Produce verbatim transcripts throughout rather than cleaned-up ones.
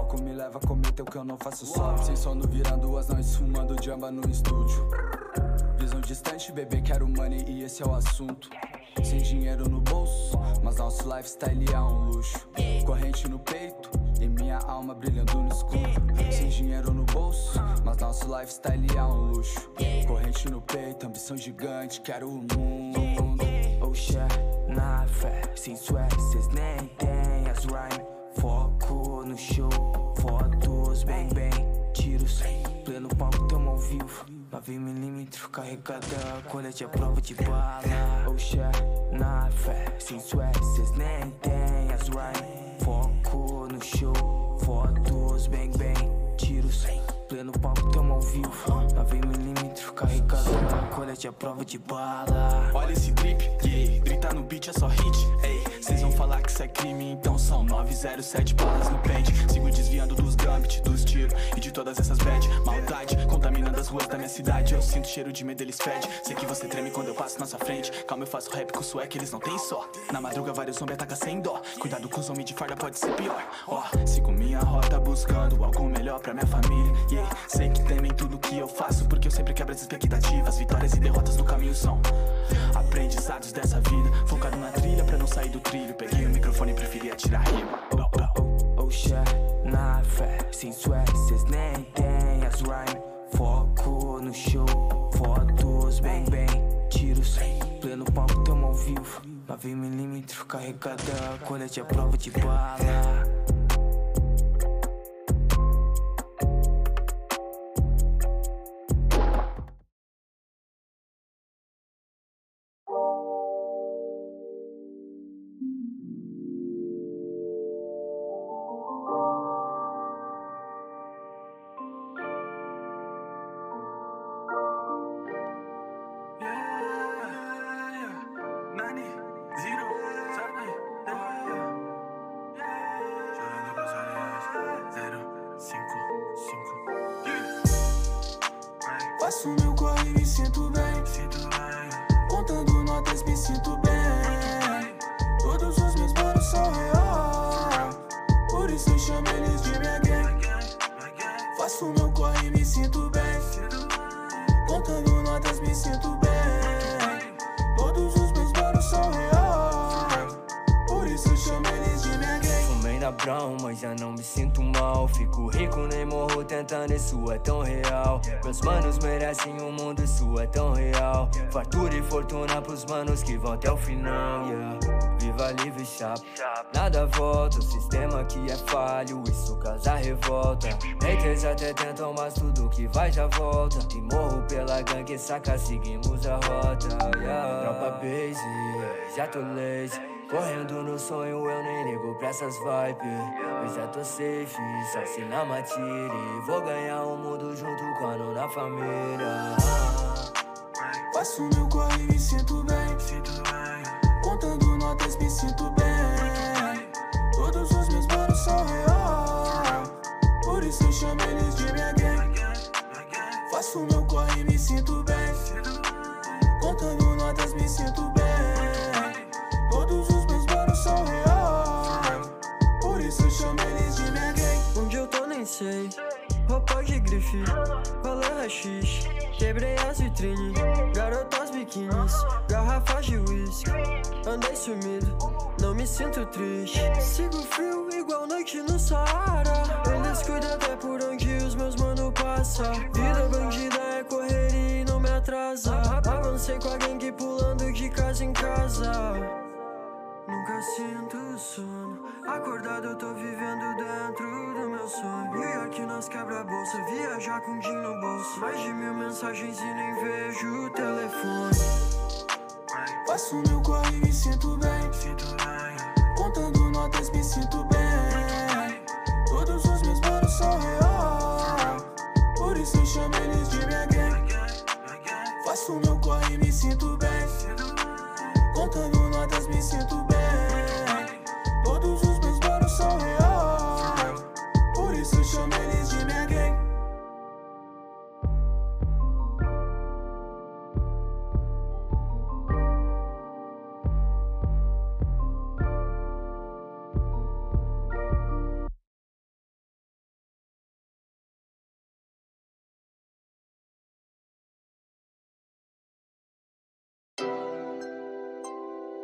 foco me leva a cometer o que eu não faço só. Sem sono virando as noites, fumando jamba no estúdio. Visão distante, bebê, quero money e esse é o assunto. Sem dinheiro no bolso, mas nosso lifestyle é um luxo. Corrente no peito e minha alma brilhando no escuro. Sem dinheiro no bolso, mas nosso lifestyle é um luxo. Corrente no peito, ambição gigante, quero o mundo. Oxa, na fé, sem swag, cês nem tem as rhyme. Foco no show, fotos, bem, bem, tiros. Pleno palco, tamo ao vivo. nove milímetros carregada, colete à prova de bala. Oxa, na fé, sem swag, cês nem tem as rhyme. Foco no show, fotos, bem, bem, tiros. Pleno palco, tamo ao vivo. nove milímetros carregada, colete à prova de bala. Olha esse drip, yeah, grita no beat é só hit. Ei, cês vão falar que isso é crime, então são nove zero sete balas no pente. Sigo desviando dos gambit, dos tiros e de todas essas bad. Maldade, contaminando as ruas da minha cidade. Eu sinto cheiro de medo, eles fedem. Sei que você treme quando eu passo na sua frente. Calma, eu faço rap com swag, eles não tem só. Na madruga vários zombies atacam sem dó. Cuidado com os homens de farda, pode ser pior. Ó, oh, sigo minha rota buscando algo melhor pra minha família, yeah. Sei que temem tudo que eu faço, porque eu sempre quebro as expectativas. Vitórias e derrotas no caminho são aprendizados dessa vida. Focado na trilha pra não sair do trilho. Peguei o microfone e preferi atirar rima. Oxa, na fé, sem swag, cês nem tem as rhyme. Foco no show, fotos, bem, bem, tiros. Pleno palco, tamo ao vivo. nove milímetros carregada, colete à prova de bala. Faço meu corre e me sinto bem, sinto bem. Contando notas me sinto bem. Todos os meus manos são real, por isso eu chamo eles de minha gang. Faço meu corre e me sinto bem, contando notas me sinto bem. Todos os meus manos são real, por isso eu chamo eles de minha gang. Fumei na brown, mas já não me sinto mal. Fico rico, nem morro tentando, isso é tão real. Meus manos merecem um mundo, isso é tão real. Fartura e fortuna pros manos que vão até o final, yeah. Viva livre, chapa, nada volta. O sistema que é falho, isso causa revolta. Haters até tentam, mas tudo que vai já volta. E morro pela gangue, saca, seguimos a rota, yeah. Tropa base, já tô lazy. Correndo no sonho, eu nem ligo pra essas vibes. Eu já tô safe, só se na matilha. Vou ganhar o mundo junto com a nona família. Faço meu corre e me sinto bem, contando notas me sinto bem. Todos os meus manos são real, por isso eu chamo eles de minha gang. Faço meu corre e me sinto bem, contando notas me sinto bem. Todos os meus manos são real, por isso eu chamo eles de minha gang. Onde eu tô nem sei, roupa de grife, rolê rachixe. Quebrei as vitrines, garotas biquínis, garrafas de whisky. Andei sumido, não me sinto triste. Sigo frio igual noite no Saara. Eles cuidam até por onde os meus mano passam. Vida bandida é correria e não me atrasa. Avancei com a gangue pulando de casa em casa. Nunca sinto sono, acordado eu tô vivendo dentro do meu sonho. E aqui nós quebra a bolsa, viajar com din no bolso. Mais de mil mensagens e nem vejo o telefone. Faço meu corre e me sinto bem, contando notas me sinto bem. Todos os meus manos são real, por isso eu chamo eles de minha gang. Faço meu corre e me sinto bem, contando notas me sinto bem.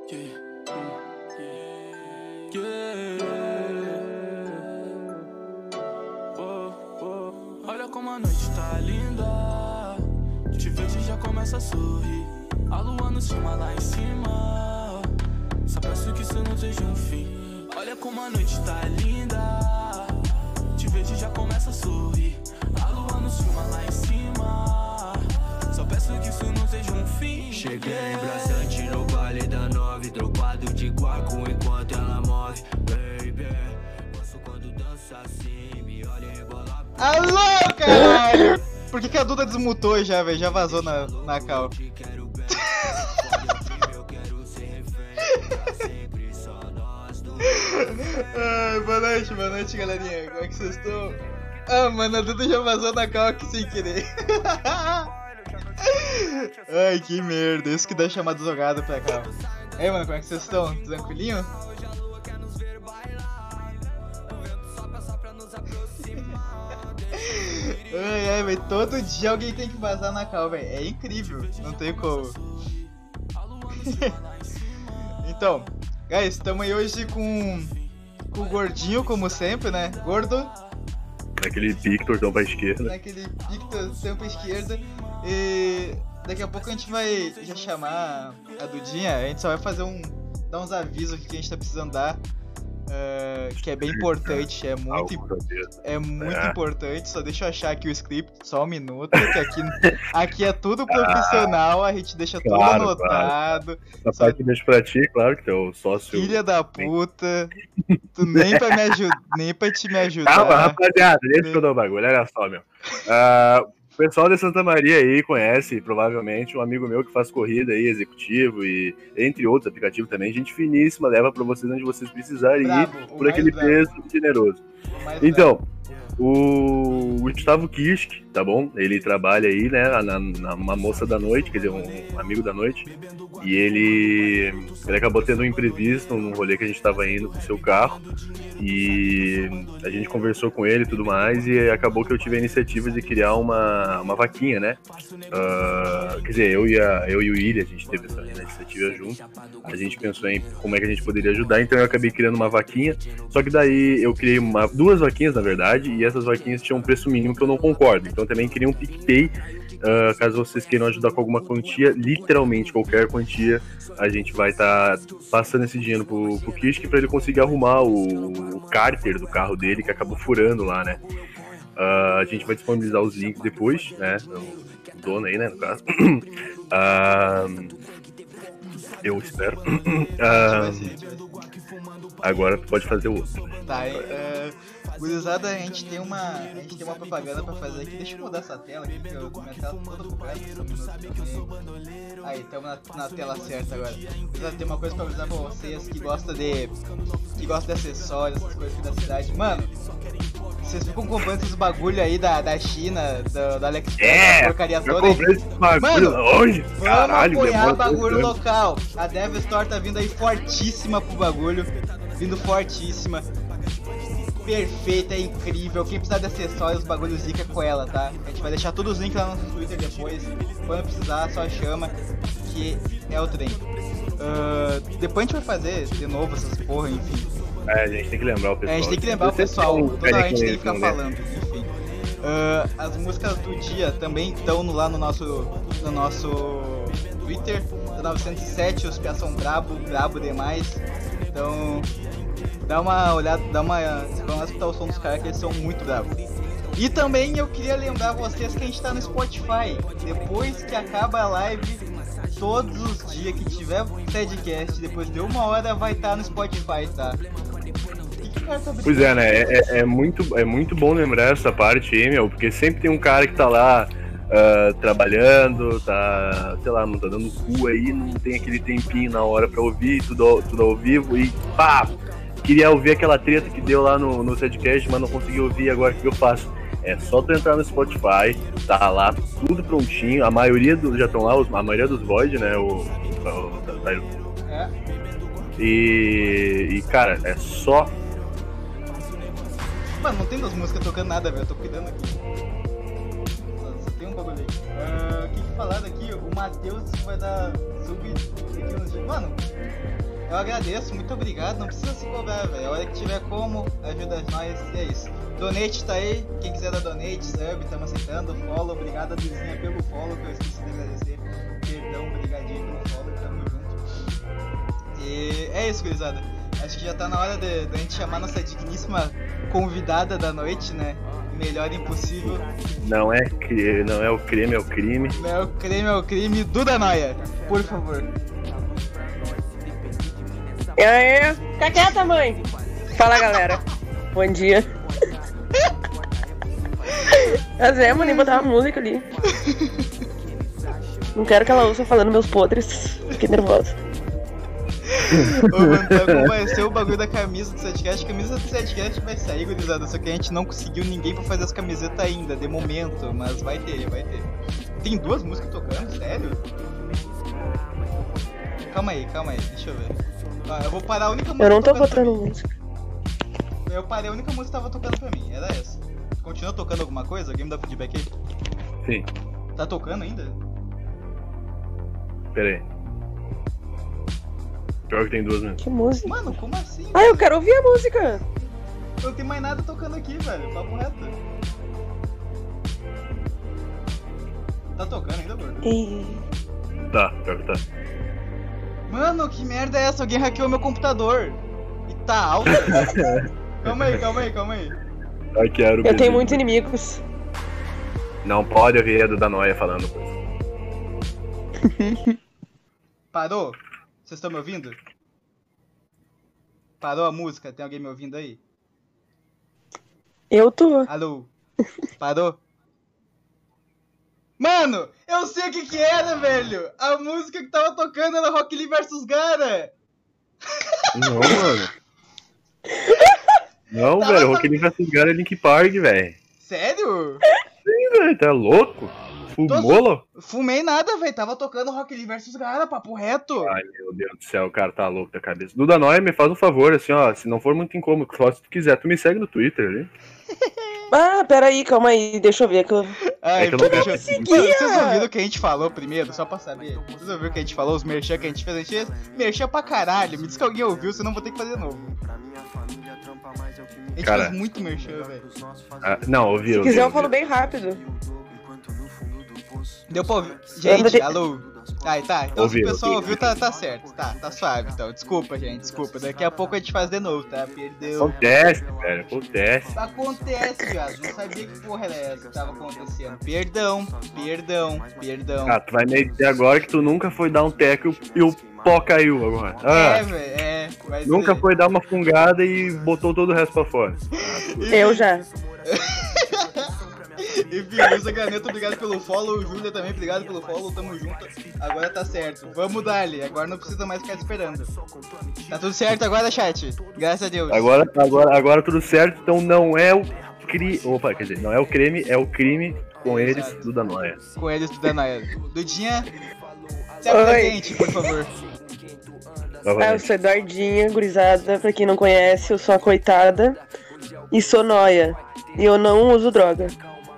Yeah, yeah, yeah. Oh, oh. Olha como a noite tá linda. Te vejo e já começa a sorrir. A lua no cima, lá em cima. Só peço que isso não seja um fim. Olha como a noite tá linda. Te vejo e já começa a sorrir. A lua no cima, lá em cima. Só peço que isso não seja um fim. Cheguei embraçante no baile da nove, dropado de guaco enquanto ela move. Baby, gosto quando dança assim, me olha e rebola. Alô, caralho! Por que, que a Duda desmutou já, velho? Já vazou na, na cal. Ai, boa noite, boa noite, galerinha. Como é que vocês estão? Ah, mano, a Duda já vazou na cal aqui sem querer. Ai, que merda. Isso que dá chamada jogada pra cá. Ei, mano, como é que vocês estão? Tranquilinho? Ai, ai, velho. Todo dia alguém tem que vazar na cal, velho. É incrível. Não tem como. Então, guys, estamos aí hoje com, com o Gordinho, como sempre, né? Gordo. Naquele pique, tortão pra esquerda. Naquele pique, tortão pra esquerda. E daqui a pouco a gente vai já chamar a Dudinha. A gente só vai fazer um... dar uns avisos que a gente tá precisando dar. Uh, que é bem importante, é muito, é muito é. importante. Só deixa eu achar aqui o script, só um minuto, que aqui, aqui é tudo profissional, a gente deixa claro, tudo anotado. Claro. Essa só... parte deixa pra ti, claro, que é o sócio. Filha da puta, tu nem pra me ajudar, nem pra te me ajudar. Calma, rapaziada, deixa nem... eu dar o bagulho, olha só, meu. Uh, O pessoal de Santa Maria aí conhece, provavelmente, um amigo meu que faz corrida aí, executivo e entre outros aplicativos também. Gente finíssima, leva pra vocês onde vocês precisarem bravo, ir por aquele bravo. peso generoso. Então, o Gustavo Kisk, tá bom? Ele trabalha aí, né, na, na uma moça da noite, quer dizer, um, um amigo da noite. E ele, ele acabou tendo um imprevisto num rolê que a gente tava indo com o seu carro. E a gente conversou com ele e tudo mais, e acabou que eu tive a iniciativa de criar uma, uma vaquinha, né? Uh, quer dizer, eu e, a, eu e o William, a gente teve essa iniciativa junto. A gente pensou em como é que a gente poderia ajudar, então eu acabei criando uma vaquinha. Só que daí eu criei uma, duas vaquinhas, na verdade, e essas vaquinhas tinham um preço mínimo que eu não concordo. Então eu também criei um PicPay. Uh, caso vocês queiram ajudar com alguma quantia, literalmente qualquer quantia, a gente vai estar tá passando esse dinheiro pro, pro Kisk para ele conseguir arrumar o, o cárter do carro dele, que acabou furando lá, né? Uh, a gente vai disponibilizar os links depois, né? O dono aí, né, no caso. Uh, eu espero. Uh, agora tu pode fazer o outro. Tá, uh... Gurizada, a gente tem uma. A gente tem uma propaganda pra fazer aqui. Deixa eu mudar essa tela aqui, porque eu minha tela toda bugada. Aí, estamos na, na tela certa agora. Gurizada, tem uma coisa pra avisar pra vocês que gosta de. Que gosta de acessórios, essas coisas aqui da cidade. Mano, vocês ficam comprando esses bagulho aí da, da China, da, da AliExpress, é, da porcaria toda. Mano, hoje, caralho, vamos apoiar bagulho local. A Dev Store tá vindo aí fortíssima pro bagulho. Vindo fortíssima. Perfeita, é incrível. Quem precisar de acessórios, os bagulhos zica com ela, tá? A gente vai deixar todos os links lá no nosso Twitter depois. Quando precisar, só chama, que é o trem. Uh, depois a gente vai fazer de novo essas porra, enfim. É, a gente tem que lembrar o pessoal. É, a gente tem que lembrar o pessoal. Toda hora a gente tem que ficar falando, enfim. Uh, as músicas do dia também estão no, lá no nosso, no nosso Twitter. novecentos e sete, os pias são brabo, brabo demais. Então... Dá uma olhada, dá uma. Vamos escutar o som dos caras que eles são muito bravos. E também eu queria lembrar vocês que a gente tá no Spotify. Depois que acaba a live, todos os dias que tiver podcast, depois de uma hora vai estar tá no Spotify, tá? Pois é, né? É, é, muito, é muito bom lembrar essa parte aí, meu, porque sempre tem um cara que tá lá uh, trabalhando, tá, sei lá, não tá dando cu aí, não tem aquele tempinho na hora pra ouvir tudo, tudo ao vivo e pá! Queria ouvir aquela treta que deu lá no, no Sedcast, mas não consegui ouvir, agora o que eu faço? É só tu entrar no Spotify, tá lá tudo prontinho, a maioria do, já estão lá, a maioria dos Void, né, o... o tá, tá, é. E, e, cara, é só... Mano, não tem duas músicas tocando nada, velho, eu tô cuidando aqui. Só tem um bagulho aí. Uh, o que que falaram aqui? O Matheus vai dar sub aqui nos dias. Mano, eu agradeço, muito obrigado. Não precisa se cobrar, velho. A hora que tiver como, ajuda nós. E é isso. Donate tá aí. Quem quiser dar donate, sub, estamos aceitando. Follow, obrigado a Duzinha pelo follow, que eu esqueci de agradecer. Perdão, obrigadinho pelo follow, tamo junto. E é isso, gurizada. Acho que já tá na hora de, de a gente chamar nossa digníssima convidada da noite, né? Melhor impossível. Não é, não é o crime, é o crime. Não é o crime, é o crime. Duda Noia, por favor. E aí? Fica quieta, mãe. Fala, galera. Bom dia. Mas é, mano, nem botar uma música ali. Não quero que ela ouça falando meus podres. Fiquei nervosa. Ô, mano, então, como vai ser o bagulho da camisa do Setcast? A camisa do Setcast vai sair, gurizada. Só que a gente não conseguiu ninguém pra fazer as camisetas ainda, de momento. Mas vai ter, vai ter. Tem duas músicas tocando? Sério? Calma aí, calma aí, deixa eu ver. Ah, eu vou parar a única música. Eu não tô botando música. Eu parei a única música que tava tocando pra mim, era essa. Continua tocando alguma coisa? Alguém me dá feedback aí? Sim. Tá tocando ainda? Pera aí. Pior que tem duas mesmo. Que música? Mano, como assim? Ah, eu quero ouvir a música. Não tem mais nada tocando aqui, velho. Papo reto. Tá tocando ainda, gordo? E... Tá, pior que tá. Mano, que merda é essa? Alguém hackeou meu computador. E tá alto. Calma aí, calma aí, calma aí. Hackearam o Eu tenho muitos inimigos. Não pode ouvir a Duda Noia falando. Parou? Vocês estão me ouvindo? Parou a música? Tem alguém me ouvindo aí? Eu tô. Alô? Parou? Mano, eu sei o que que era, velho! A música que tava tocando era Rock Lee versus Gara! Não, mano. Não, Tava velho, to- Rock Lee versus Gara é Link Park, velho. Sério? Sim, velho, tá louco? Fumou? Fumei nada, velho. Tava tocando Rock Lee versus Gara, papo reto. Ai, meu Deus do céu, o cara tá louco da cabeça. Duda Noia, me faz um favor, assim, ó, se não for muito incômodo, só se tu quiser, tu me segue no Twitter ali. Ah, peraí, calma aí, deixa eu ver que eu... Ai, É que eu não deixa- quero seguir. Mano, vocês ouviram o que a gente falou primeiro, só pra saber? Vocês ouviram o que a gente falou, os merchan que a gente fez? A gente fez merchan pra caralho. Me diz que alguém ouviu, senão eu vou ter que fazer novo. A gente Cara. fez muito merchan, velho. Ah, não, ouvi, Se ouvi, quiser eu ouvi. falo bem rápido. Deu pra ouvir? Eu Gente, te- alô? Ai, tá. Então Ouvi, se o pessoal ouvi. ouviu, tá, tá certo. Tá, tá suave, então. Desculpa, gente, desculpa. Daqui a pouco a gente faz de novo, tá? Perdeu. Acontece, velho, acontece. Acontece, viado. Não sabia que porra era essa que tava acontecendo. Perdão, perdão, perdão. Ah, tu vai me dizer agora que tu nunca foi dar um teco e o pó caiu agora. Ah, É, velho, é. Vai nunca ser. foi dar uma fungada e botou todo o resto pra fora. Eu já. Enfim, Luísa Ganeto, obrigado pelo follow. Júlia também, obrigado pelo follow. Tamo junto. Agora tá certo. Vamos dar-lhe. Agora não precisa mais ficar esperando. Tá tudo certo agora, chat? Graças a Deus. Agora, agora, agora tudo certo, então não é o crime. Opa, quer dizer, não é o crime, é o crime com eles, Exato. Duda Noia. Com eles do Danael. Dudinha, se apresente, por favor. Ah, eu Novamente. sou Eduardinha, gurizada. Pra quem não conhece, eu sou a coitada. E sou noia. E eu não uso droga.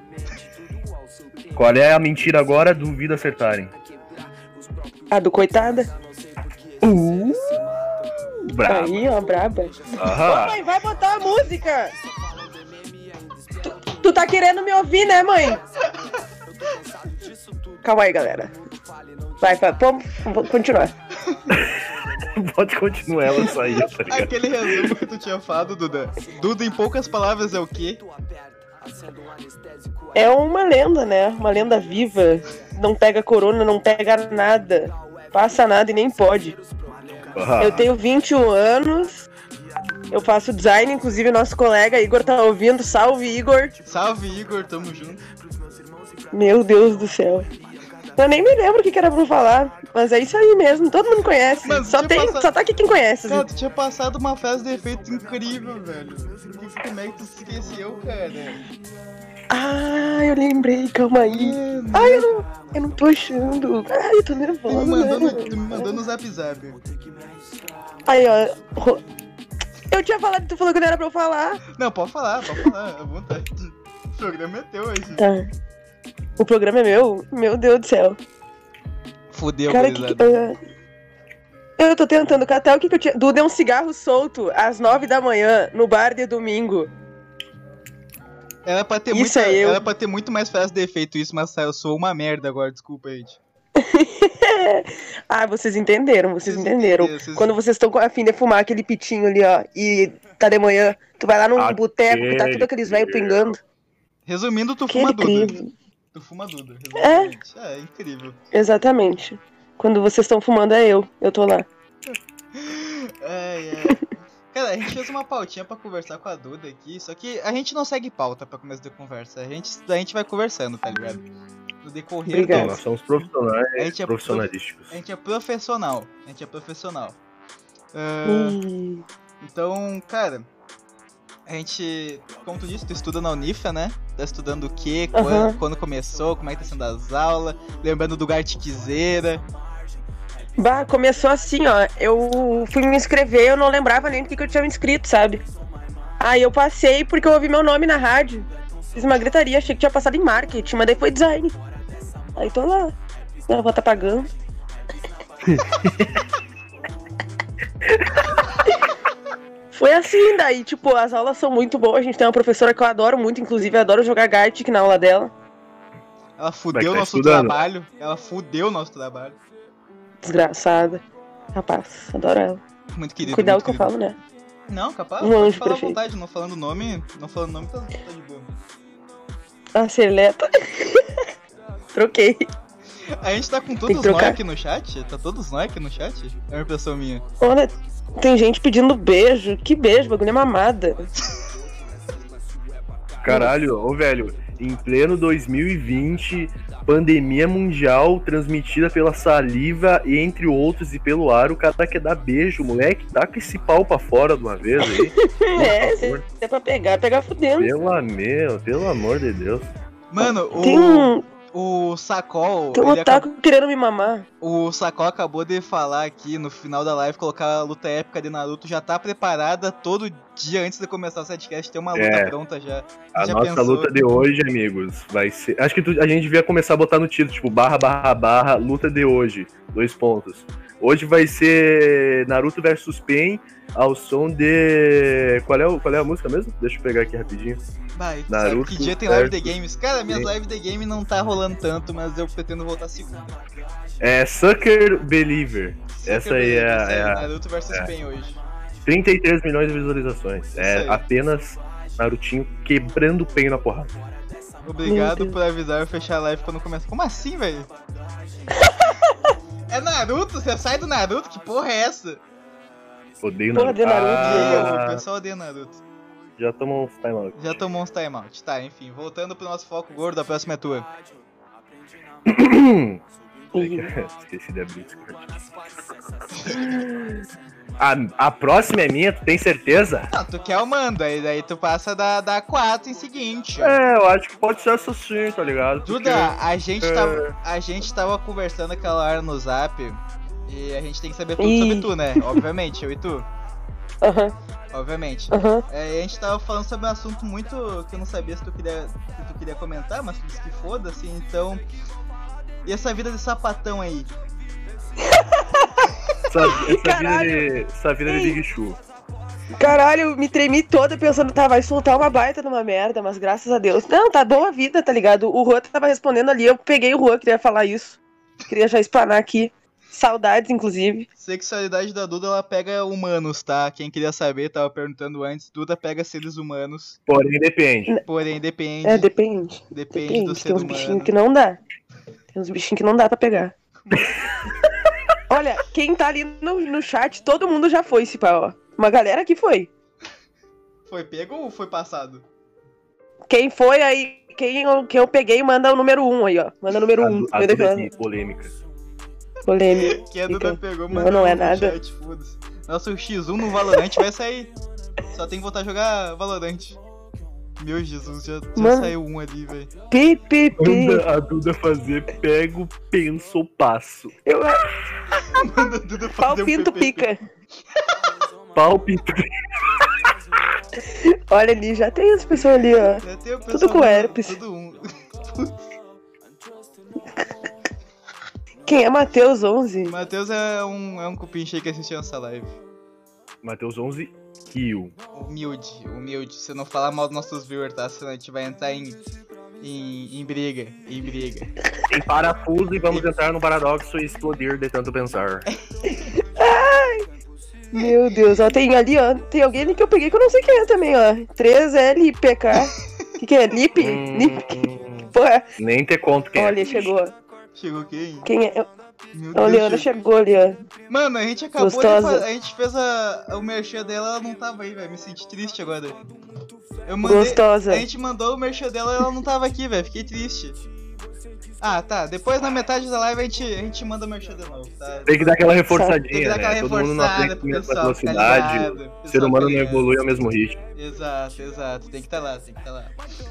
Qual é a mentira agora? Duvido acertarem. A do coitada? Uh, bravo. Aí, ó, braba. Aham. Ô, mãe, vai botar a música! Tu, tu tá querendo me ouvir, né, mãe? Calma aí, galera. Vai, vai, vamos, vamos continuar. Pode continuar ela sair, tá ligado? Aquele resumo que tu tinha falado, Duda. Duda, em poucas palavras, é o quê? É uma lenda, né? Uma lenda viva. Não pega corona, não pega nada. Passa nada e nem pode. Ah, Eu tenho vinte e um anos. Eu faço design, inclusive nosso colega Igor tá ouvindo. Salve, Igor. Salve, Igor, tamo junto. Meu Deus do céu. Eu nem me lembro o que que era pra falar. Mas é isso aí mesmo, todo mundo conhece. Mano, só, deixa tem, eu passar- só tá aqui quem conhece. Cara, tu tinha passado uma fase de efeito incrível, velho. Por que- Como é que tu se esqueceu, cara? Ah, eu lembrei, calma aí. Mano, Ai, eu não, eu não tô achando. Ai, eu tô tu me nervosa. mandou no, tu me mandou no zap zap. Aí, ó. ro- Eu tinha falado, tu falou que não era pra eu falar. Não, pode falar, pode falar, à vontade. O programa é teu hoje. Tá. O programa é meu? Meu Deus do céu. Fudeu, Cara, que, que, uh, eu tô tentando catar o que, que eu tinha. Duda é um cigarro solto às nove da manhã no bar de domingo. Era pra ter, Isso muita, é eu. era pra ter muito mais fácil de feito isso, mas eu sou uma merda agora, desculpa, gente. Ah, vocês entenderam, vocês, vocês entenderam. entenderam vocês... Quando vocês estão a fim de fumar aquele pitinho ali, ó, e tá de manhã, tu vai lá num Aquele boteco que tá tudo aqueles velhos pingando. Resumindo, tu Aquele fuma Duda. incrível. Tu fuma Duda, resumidamente. É? É, incrível. Exatamente. Quando vocês estão fumando é eu, eu tô lá. Ai, ai. Cara, a gente fez uma pautinha pra conversar com a Duda aqui, só que a gente não segue pauta pra começo de conversa. A gente, a gente vai conversando, tá ligado? No decorrer Obrigado. do... Nós somos profissionais, a gente é profissionalísticos. A gente é profissional. A gente é profissional. Uh, hum. Então, cara, a gente, como tu disse, tu estuda na Unifra, né? Tá estudando o quê? Uhum. Quando, quando começou? Como é que tá sendo as aulas? Lembrando do Gartiquizeira. Bah, começou assim, ó. Eu fui me inscrever, eu não lembrava nem do que, que eu tinha me inscrito, sabe? Aí eu passei porque eu ouvi meu nome na rádio. Fiz uma gritaria, achei que tinha passado em marketing, mas daí foi design. Aí tô lá. Minha avó tá pagando. Foi assim, daí, tipo, as aulas são muito boas. A gente tem uma professora que eu adoro muito, inclusive, eu adoro jogar Gartic na aula dela. Ela fudeu o tá nosso estudando? trabalho. Ela fudeu o nosso trabalho. Desgraçada. Rapaz, adoro ela. Muito querido. Cuidado muito que eu querido. falo, né? Não, capaz, Um pode anjo falar à prefeito. vontade, não falando nome. Não falando nome, tá, tá de boa. A Celeta. Troquei. A gente tá com Tem todos que nós trocar. aqui no chat? Tá todos nós aqui no chat? É uma impressão minha. Olha, tem gente pedindo beijo. Que beijo, bagulho é mamada. Caralho, ô velho, em pleno dois mil e vinte, pandemia mundial transmitida pela saliva e entre outros e pelo ar, o cara quer dar beijo, moleque, taca esse pau pra fora de uma vez aí. É, se é pra pegar, pegar fudendo. Pelo amor, pelo amor de Deus. Mano, o, Tem um, o Sacol. tem um ele otaku querendo me mamar. O Sacol acabou de falar aqui no final da live, colocar a luta épica de Naruto já tá preparada todo dia antes de começar o setcast, tem uma luta É. pronta já. A já nossa pensou? luta de hoje, amigos, vai ser... Acho que tu- a gente devia começar a botar no título, tipo, barra, barra, barra, luta de hoje, dois pontos. Hoje vai ser Naruto versus Pain, ao som de... Qual é, o, qual é a música mesmo? Deixa eu pegar aqui rapidinho. Vai, tu Naruto sabe que dia tem live de versus- games? Cara, minhas Sim. lives de game não tá rolando tanto, mas eu pretendo voltar segunda. É Sucker Believer. Essa aí é, Essa é a Naruto versus é. Pain hoje. trinta e três milhões de visualizações. Isso É aí. apenas Narutinho quebrando o Pain na porrada. Obrigado Meu Deus. por avisar eu fechar a live quando começa. Como assim, velho? É Naruto? Você sai do Naruto? Que porra é essa? Odeio Porra Naruto. de Naruto, Meu, o Ah, pessoal odeia Naruto. já tomou uns time out. Já tomou uns timeout. Tá, enfim, voltando pro nosso foco gordo, a próxima é tua. Esqueci de abrir esse a, a próxima é minha, tu tem certeza? Não, tu quer o mando, aí daí tu passa da, da quatro em seguinte. É, eu acho que pode ser essa sim, tá ligado? Porque- Duda, a gente, é. tava, a gente tava conversando aquela hora no zap e a gente tem que saber tudo Ih. sobre tu, né? Obviamente, eu e tu. Aham, Obviamente. aham. É, e a gente tava falando sobre um assunto muito que eu não sabia se tu queria, se tu queria comentar, mas tu disse que foda, assim, então. E essa vida de sapatão aí? Essa, essa vida Caralho. de, essa vida de Big Show. Caralho, eu me tremi toda pensando, tá, vai soltar uma baita numa merda, mas graças a Deus. Não, tá boa a vida, tá ligado? O Juan tava respondendo ali, eu peguei o Juan, queria falar isso. Queria já explanar aqui. Saudades, inclusive. Sexualidade da Duda, ela pega humanos, tá? Quem queria saber, tava perguntando antes, Duda pega seres humanos, Porém, depende. porém depende, É, depende. depende, Depende. do ser Tem uns humano. bichinhos que não dá. Tem uns bichinhos que não dá pra pegar. Olha, quem tá ali no, no chat, todo mundo já foi, esse pau, ó. Uma galera que foi. Foi pego ou foi passado? Quem foi aí, quem eu, quem eu peguei, manda o número um aí, ó. Manda o número A, um. a Eu Duda declaro. de polêmica. Polêmica. Que a Duda Então, pegou, não, mas não é no nada. chat, foda-se. Nossa, o X um no Valorant vai sair. Só tem que voltar a jogar Valorant. Meu Jesus, já, já Mano. saiu um ali, velho. Pi, pi, pi. Manda a Duda fazer pego, penso, passo. Eu, Manda a Duda pau, fazer um pinto, P P P. pica. Palpito. Olha ali, já tem as pessoas ali, ó. Já tem o Tudo pessoal com do- herpes. Tudo um. Quem é Matheus onze? Matheus é um, é um cupinche que assistiu essa live. Matheus onze, Kill. Humilde, humilde. Se eu não falar mal dos nossos viewers, tá? Senão a gente vai entrar em, em, em briga, em briga. Em parafuso e vamos entrar no paradoxo e explodir de tanto pensar. Ai, meu Deus, ó, tem ali, ó, tem alguém ali que eu peguei que eu não sei quem é também, ó. três L P K. O que que é? Lip? Hum, Lip? Porra. Nem te conto quem Olha, é. chegou. Chegou quem? Quem é? Meu A Leandra chegou ali, ó. Mano, a gente acabou Gostosa. de fazer, a gente fez a, o merchan dela, ela não tava aí, velho. Me senti triste agora. Eu mandei, Gostosa. A gente mandou o merchan dela e ela não tava aqui, velho. Fiquei triste. Ah, tá. Depois na metade da live a gente, a gente manda o merchan de novo, tá? Tem que dar aquela reforçadinha, Tem que dar aquela né? Todo mundo na reforçada frente pro com a mesma pessoal ficar velocidade. ligado, O pessoal ser humano não ficar ligado. evolui ao mesmo ritmo. Exato, exato. Tem que estar lá, tem que estar lá.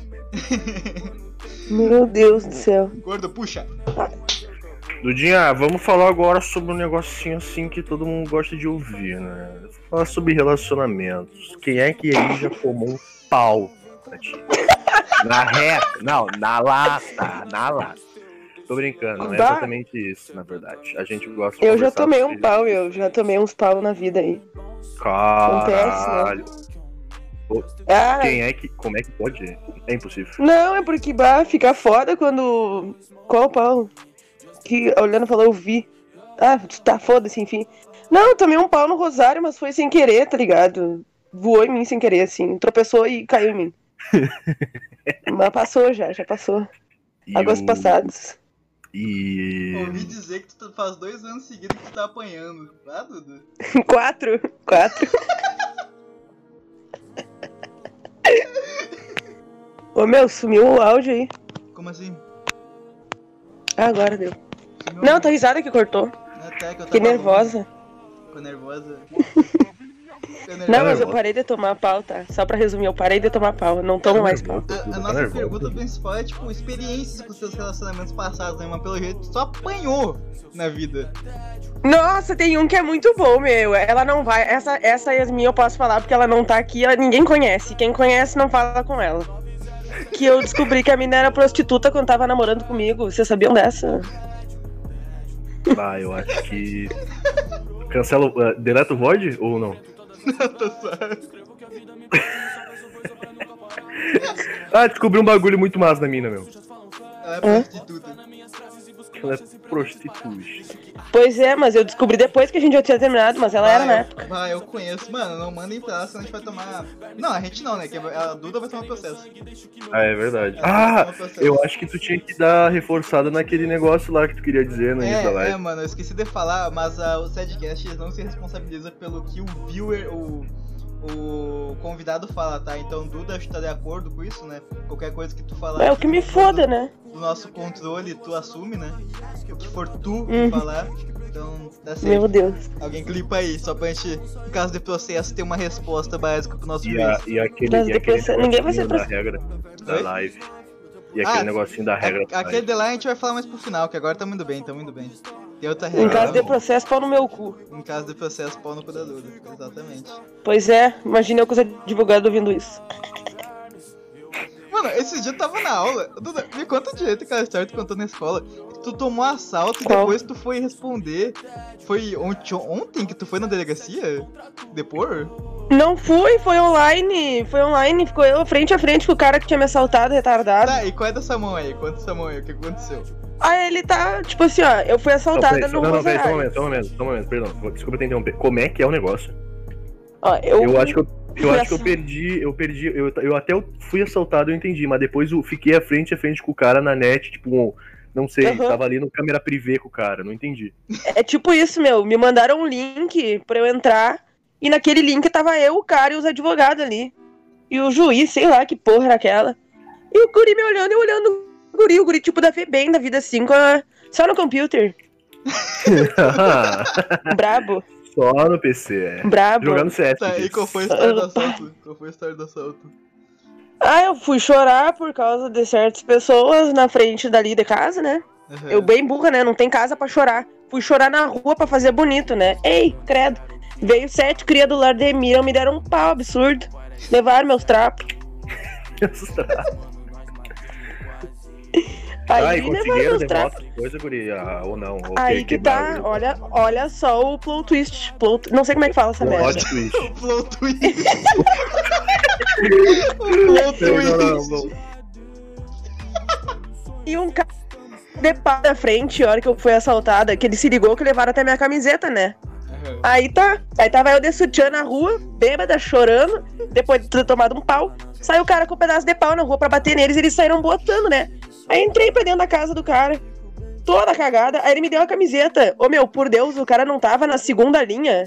Meu Deus do céu. Gordo, puxa. Dudinha, vamos falar agora sobre um negocinho assim que todo mundo gosta de ouvir, né? Falar sobre relacionamentos. Quem é que aí já tomou um pau pra ti? Na reta, não, na lata, na lata. Tô brincando, não é Bah. exatamente isso, na verdade. A gente gosta de Eu já conversar tomei um sobre- pau, eu já tomei uns pau na vida aí. Caralho. Ah, Quem é que. Como é que pode? É impossível. não, é porque, bah, fica foda quando... Qual pau? Que olhando falou, eu vi. Ah, tá, foda-se, enfim. Não, eu tomei um pau no Rosário, mas foi sem querer, tá ligado? Voou em mim sem querer, assim. Tropeçou e caiu em mim. Mas passou já, já passou. E Águas o- passadas. E. Ouvi dizer que tu faz dois anos seguidos que tu tá apanhando. Ah, Dudu? Quatro. Quatro. Ô, meu, sumiu o áudio aí. Como assim? Ah, agora deu. Sumiu Não, algum- tá risada que cortou. Até que eu Fiquei tava nervosa. longe. Ficou nervosa? Ficou Não, nervosa? mas eu parei de tomar pau, tá? Só pra resumir, eu parei de tomar pau. Eu não tomo mais pau. A, a nossa pergunta principal é, tipo, experiências com seus relacionamentos passados, né? Mas pelo jeito tu só apanhou na vida. Nossa, tem um que é muito bom, meu. Ela não vai. Essa, essa Yasmin eu posso falar porque ela não tá aqui, ela, ninguém conhece. Quem conhece não fala com ela. Que eu descobri que a mina era prostituta quando tava namorando comigo. Vocês sabiam dessa? Ah, eu acho que. Cancela. Uh, deleta o void ou não? Tô suave. Ah, descobri um bagulho muito massa da mina, meu. Ela é prostituta. Ela é prostituta. Pois é, mas eu descobri depois que a gente já tinha terminado, mas ela era Ah, na eu- época. Ah, eu conheço. Mano, não mandem pra ela, senão a gente vai tomar... Não, a gente não, né? Que a Duda vai tomar processo. Ah, é verdade. Ela Ah, vai tomar processo. eu acho que tu tinha que dar reforçada naquele negócio lá que tu queria dizer no início da É, live. é, mano, eu esqueci de falar, mas ah, o Sadcast não se responsabiliza pelo que o viewer, o, o convidado fala, tá? Então, Duda, acho que tá de acordo com isso, né? Qualquer coisa que tu falar... É o que me foda, né? Do nosso controle, tu assume, né? O que for tu Uhum. falar, então dá certo. Meu Deus. Alguém clipa aí, só pra gente, em caso de processo, ter uma resposta básica pro nosso E, a, juiz. e aquele, Mas e depois aquele ninguém vai ser negocinho proce- da regra da Oi? live. E aquele Ah, negocinho da regra da A- Aquele live. de lá a gente vai falar mais pro final, que agora tamo indo bem, tamo indo bem. Tem outra Em regra. caso de tá bom? processo, pau no meu cu. Em caso de processo, pau no cu da Duda. Exatamente. Pois é, imagina eu com os advogados ouvindo isso. Mano, esse dia eu tava na aula. Duda, me conta direito aquela história que tu contou na escola. Que tu tomou assalto e Qual? depois tu foi responder. Foi ontem, ontem que tu foi na delegacia? Depor? Não fui, foi online. Foi online, ficou eu frente a frente com o cara que tinha me assaltado, retardado. Tá, e qual é dessa mão aí? Conta essa mão aí, o que aconteceu? Aí ele tá, tipo assim, ó, eu fui Não, assaltada peraí, no não, não, peraí, só um Rosário. momento, só um momento, só um momento, perdão. Desculpa te interromper. Como é que é o negócio? Ó, eu, Eu acho que eu, eu, fui acho que eu ass- perdi, eu perdi, eu, eu até fui assaltado, eu entendi, mas depois eu fiquei à frente a frente com o cara na net, tipo, um, não sei, Aham. tava ali no câmera privê com o cara, não entendi. É tipo isso, meu. Me mandaram um link pra eu entrar. E naquele link tava eu, o cara e os advogados ali. E o juiz, sei lá que porra era aquela. E o guri me olhando e eu olhando o guri. O guri, tipo, da bem da vida assim, com a... só no computer. Brabo, Só no P C, é. brabo. Jogando C S. Tá, e disso. qual foi a história do assalto? Qual foi a história do assalto? Ah, eu fui chorar por causa de certas pessoas na frente dali de casa, né? Uhum. Eu bem burra, né? Não tem casa pra chorar. Fui chorar na rua pra fazer bonito, né? Ei, credo. Veio sete cria do lar de Miriam, me deram um pau absurdo. Levaram meus trapos. Aí Ah, e levaram conseguiram meus de trapos. volta as coisas, guri? Ah, ou não? Ou Aí que tá, quebraram? olha, olha só o plot twist. Plot, não sei como é que fala essa merda. Plot twist. O plot twist. O plot Não, não, twist. não. E um cara de pau na frente, a hora que eu fui assaltada, que ele se ligou que levaram até minha camiseta, né? Aham. Aí tá, aí tava eu de sutiã na rua, bêbada, chorando, depois de ter tomado um pau. Saiu o cara com um pedaço de pau na rua pra bater neles e eles saíram botando, né? Aí entrei pra dentro da casa do cara, toda cagada, aí ele me deu a camiseta. Ô meu, por Deus, o cara não tava na segunda linha.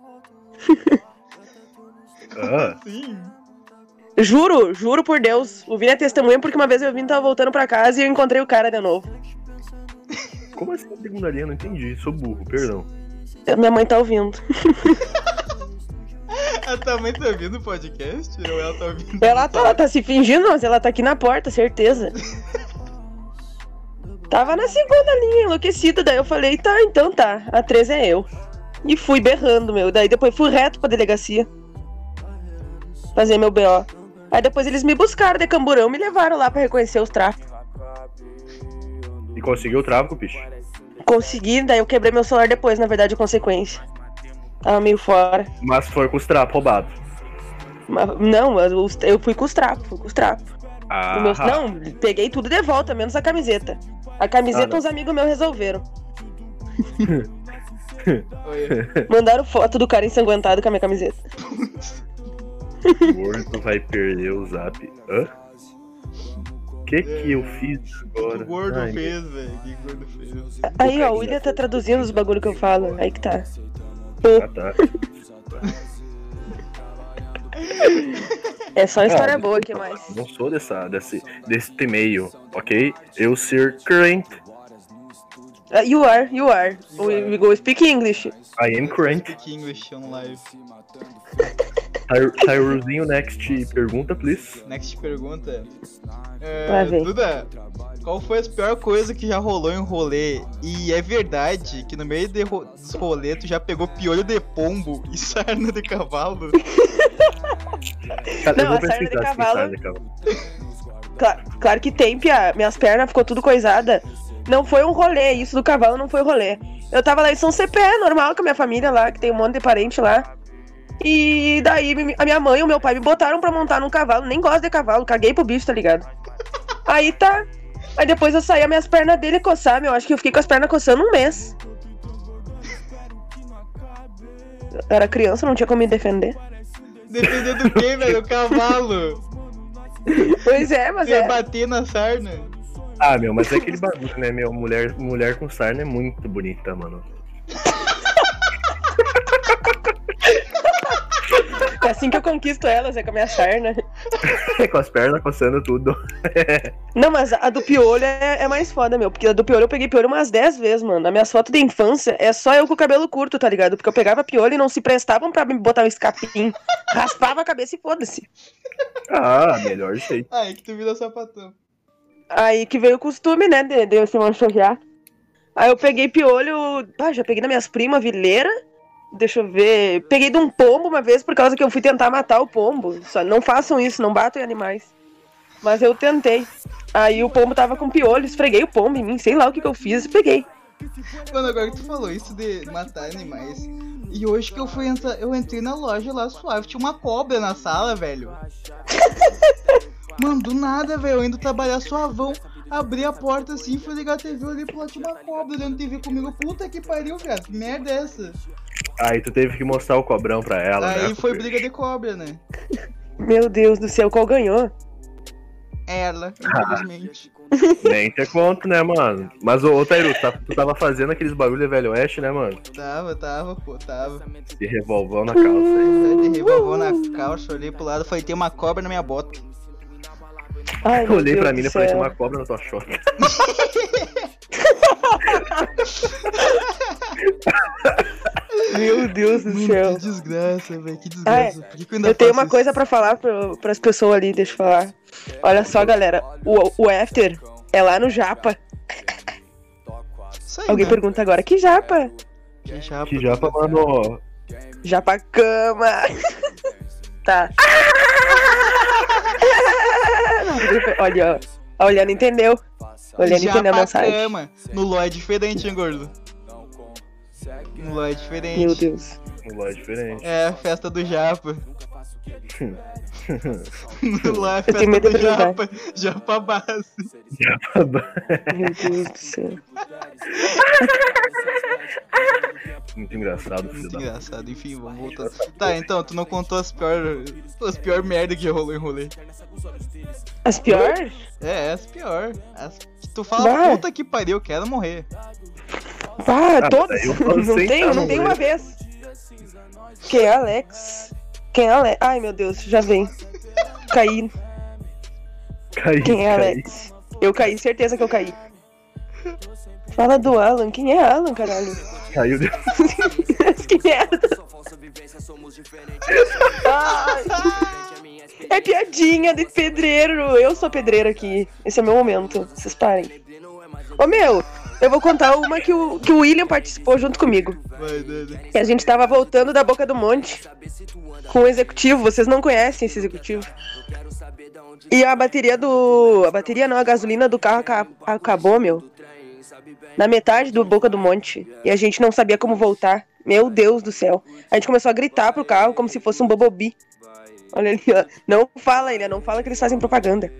Ah, Sim. Juro, juro por Deus. O Vini é testemunha porque uma vez eu vim tava voltando pra casa e eu encontrei o cara de novo. como assim a segunda linha? Não entendi. Sou burro, perdão. Minha mãe tá ouvindo. A tua mãe tá ouvindo o podcast? Ou ela tá ouvindo? Ela tá, ela tá se fingindo, mas ela tá aqui na porta, certeza. Tava na segunda linha, enlouquecida. Daí eu falei, tá, então tá. A três é eu. E fui berrando, meu. Daí depois fui reto pra delegacia. Fazer meu B O. Aí depois eles me buscaram de Camburão, me levaram lá pra reconhecer os trapos. E conseguiu o travo, bicho? Consegui, daí eu quebrei meu celular depois, na verdade, a consequência. Tava meio fora. Mas foi com os trapos roubados. Mas, não, eu, eu fui com os trapos, fui com os trapos. Ah, O meu- não, peguei tudo de volta, menos a camiseta. A camiseta Ah, uns amigos meus resolveram. Oi. Mandaram foto do cara ensanguentado com a minha camiseta. o gordo vai perder o zap. Hã? O que que eu fiz O que agora? o gordo Ai, fez, velho? O que o gordo fez? Aí, ó, o William tá traduzindo os bagulho que eu falo. Aí que tá. Ah, tá. É só história Ah, boa, que mais? Não sou dessa, desse, desse meio, ok? Eu ser current. Uh, you are, you are. We, we go speak English. I am current. Speak English on live. Ty- Tyrozinho, next pergunta, please. Next pergunta. Vai É, ver. Duda, qual foi a pior coisa que já rolou em um rolê? E é verdade que no meio de ro dos rolês tu já pegou piolho de pombo e sarna de cavalo? Cara, Não, eu vou a sarna de pesquisar se cavalo- sarna de cavalo. Claro, claro que tem, pia. Minhas pernas ficou tudo coisada. Não foi um rolê, isso do cavalo não foi rolê. Eu tava lá em São Cepé, normal, com a minha família lá, que tem um monte de parente lá. E daí a minha mãe e o meu pai me botaram pra montar num cavalo. Nem gosto de cavalo, caguei pro bicho, tá ligado? Aí tá. Aí depois eu saí, as minhas pernas dele coçar, meu. Acho que eu fiquei com as pernas coçando um mês. Eu era criança, não tinha como me defender. Dependendo do que, velho? O cavalo. Pois é, mas Você ia é. bater na sarna. Ah, meu, mas é aquele bagulho, né, meu? Mulher, mulher com sarna é muito bonita, mano. É assim que eu conquisto elas, é com a minha sarna. Com as pernas coçando tudo. Não, mas a do piolho é, é mais foda, meu. Porque a do piolho eu peguei piolho umas dez vezes, mano. Nas minhas fotos de infância é só eu com o cabelo curto, tá ligado? Porque eu pegava piolho e não se prestavam pra me botar um escapim. Raspava a cabeça e foda-se. Ah, melhor jeito. Aí que tu vira sapatão. Aí que veio o costume, né, de, de eu se manchojar. Aí eu peguei piolho. Ah, já peguei das minhas primas, vileira. Deixa eu ver. Peguei de um pombo uma vez por causa que eu fui tentar matar o pombo. Só não façam isso, não batam em animais. Mas eu tentei. Aí o pombo tava com piolho, esfreguei o pombo em mim, sei lá o que que eu fiz e peguei. Mano, agora que tu falou isso de matar animais. E hoje que eu fui entrar, eu entrei na loja lá suave, tinha uma cobra na sala, velho. Mano, do nada, velho, eu indo trabalhar suavão. Abri a porta assim, fui ligar a T V, olhei pro lado, tinha uma cobra olhando T V comigo. Puta que pariu, cara, que merda é essa? Aí tu teve que mostrar o cobrão pra ela, né? Aí foi briga de cobra, né? Meu Deus do céu, qual ganhou? Ela, infelizmente. Nem te conto, né, mano? Mas, ô, ô Tairu, tu, tá- tu tava fazendo aqueles bagulho de Velho Oeste, né, mano? Tava, tava, pô, tava. De revolvão na calça aí. De revolvou na calça, olhei pro lado, falei, tem uma cobra na minha bota. Ai, Eu meu olhei Deus pra do mim e falei, tem céu. uma cobra na tua chota. Meu Deus do Mano, céu. que desgraça, velho, que Ah, é. desgraça. Por que que eu ainda Eu tenho faço uma isso? coisa pra falar pro, pras pessoas ali, deixa eu falar. Olha só, galera, o, o after é lá no Japa. Isso aí, Alguém né? pergunta agora, que Japa? Que japa, Que já pra mano. Japa cama. Tá. Olha, ó. A Olhando entendeu. Olhando e Já entendendo a pra mensagem. cama. No Ló é diferente, hein, gordo? No Ló é diferente. Meu Deus. Um Ló é diferente. É, festa do Japa. No Ló é Eu tenho festa medo do de perguntar. Japa. Japa base. Meu Deus do céu. Muito engraçado, filho Muito da... engraçado, enfim, vamos voltar. Tá, então, tu não contou as piores. As piores merda que rolou em rolê. As piores? É, as piores. As que tu fala, Vai. puta que pariu, eu quero morrer. Ah, mas todos. aí eu falo Não sem tenho, tá não no tenho rolê. uma vez. Quem é Alex? Quem é Alex? Ai, meu Deus, já vem. Caí. Caí, Quem é caí. Alex? Eu caí, certeza que eu caí. Fala do Alan. Quem é Alan, caralho? Caiu de... Que merda. Ai. É piadinha de pedreiro. Eu sou pedreiro aqui. Esse é o meu momento. Vocês parem. Ô, meu, eu vou contar uma que o, que o William participou junto comigo. Vai, Dani. E a gente tava voltando da Boca do Monte com o executivo. Vocês não conhecem esse executivo. E a bateria do... A bateria não, a gasolina do carro aca- acabou, meu. Na metade do Boca do Monte. E a gente não sabia como voltar. Meu Deus do céu. A gente começou a gritar pro carro como se fosse um Bobobi. Olha ali, ó. Não fala ainda, não fala que eles fazem propaganda.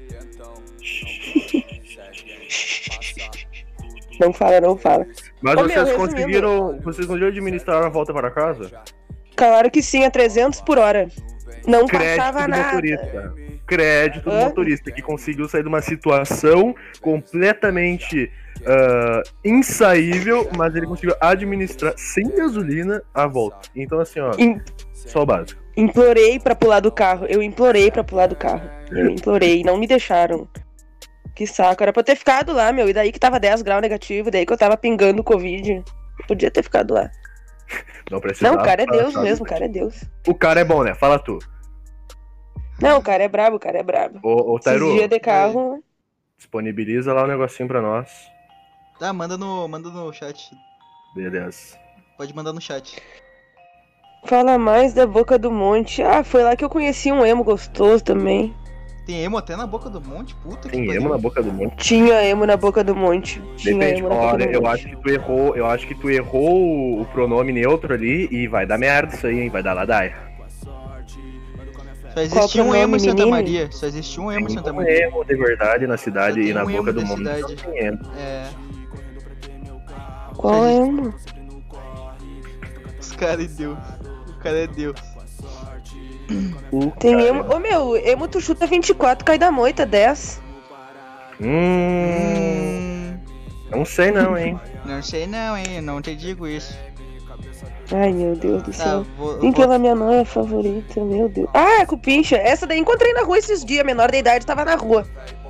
Não fala, não fala. Mas Ô, vocês meu, resumindo. conseguiram. Vocês conseguiram administrar a volta para casa? Claro que sim, a trezentos por hora. Não Crédito passava do nada. motorista. Crédito do Hã? motorista, que conseguiu sair de uma situação completamente ah, insaível, mas ele conseguiu administrar sem gasolina a volta. Então, assim, ó, Im- só o básico. Implorei pra pular do carro. Eu implorei pra pular do carro. Eu implorei, não me deixaram. Que saco, era pra eu ter ficado lá, meu. E daí que tava dez graus negativo, daí que eu tava pingando Covid. Podia ter ficado lá. Não precisava. Não, o cara é Deus sabe? mesmo, o cara é Deus. O cara é bom, né? Fala tu. Não, o cara é brabo, o cara é brabo. Ô, ô Esses Tairo, dias de carro. disponibiliza lá o negocinho pra nós. Tá, manda no, manda no chat. Beleza. Pode mandar no chat. Fala mais da Boca do Monte. Ah, foi lá que eu conheci um emo gostoso também. Tem emo até na boca do monte, puta que Tem pariu. emo na boca do monte. Tinha emo na Boca do Monte. Tinha Depende, emo na Boca olha, do eu Monte. acho que tu errou, eu acho que tu errou o- o pronome neutro ali e vai dar merda isso aí, hein? Vai dar ladaia. Só existia um pronome, emo em Santa menino? Maria. Só existia um emo em Tem Santa um Maria. emo de verdade na cidade Só e tem na um boca emo do da mundo. cidade. Não tem emo. É, Qual emo? os caras é Deus. O cara é Deus. O Tem cara- emo. Ô meu, emo tu chuta vinte e quatro, cai da moita, dez. Hum, Hum, não sei não, hein? não sei não, hein. Não te digo isso. Ai, meu Deus do Tá, céu. vou, Vim vou, pela minha noia favorita, meu Deus. Ah, Cupincha. Essa daí encontrei na rua esses dias. Menor da idade tava na rua.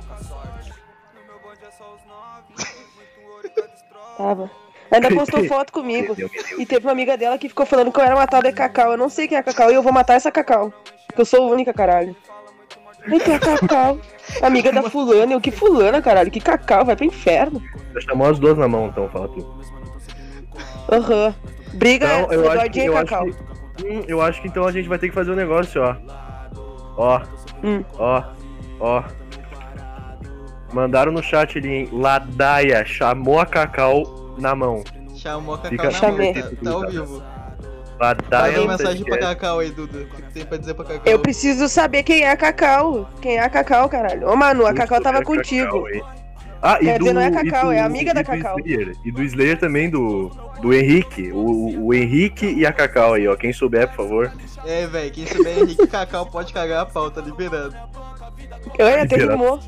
Tava. Ainda postou foto comigo. E teve uma amiga dela que ficou falando que eu era uma tal de Cacau. Eu não sei quem é Cacau e eu vou matar essa Cacau. Porque eu sou a única, caralho. Ai, que é Cacau. Amiga da fulana. Eu, que fulana, caralho? Que Cacau? Vai pro inferno. Já chamou as duas na mão, então, fala tu. Aham. Briga Então, eu acho que, Eduardinho e eu acho Cacau. que, hum, eu acho que então a gente vai ter que fazer um negócio, ó. Ó, Hum. ó, ó. Mandaram no chat ali, hein? Ladaia chamou a Cacau na mão. chamou a Cacau Fica- na Chamei. mão, tá, tá ao vivo. Ladaia Manda uma no mensagem pra podcast. Cacau aí, Duda. O que tu tem pra dizer pra Cacau? Eu preciso saber quem é a Cacau. Quem é a Cacau, caralho? Ô, Manu, a Muito Cacau tava super contigo. Cacau, hein? Ah, e Quer do, dizer, não é a e Cacau, do- é a amiga da e do Cacau. Slayer, e do Slayer também, do, do Henrique. O, o Henrique e a Cacau aí, ó. Quem souber, por favor. É, velho, quem souber Henrique Cacau pode cagar a pau, tá liberado. Olha, até Liberado. rimou.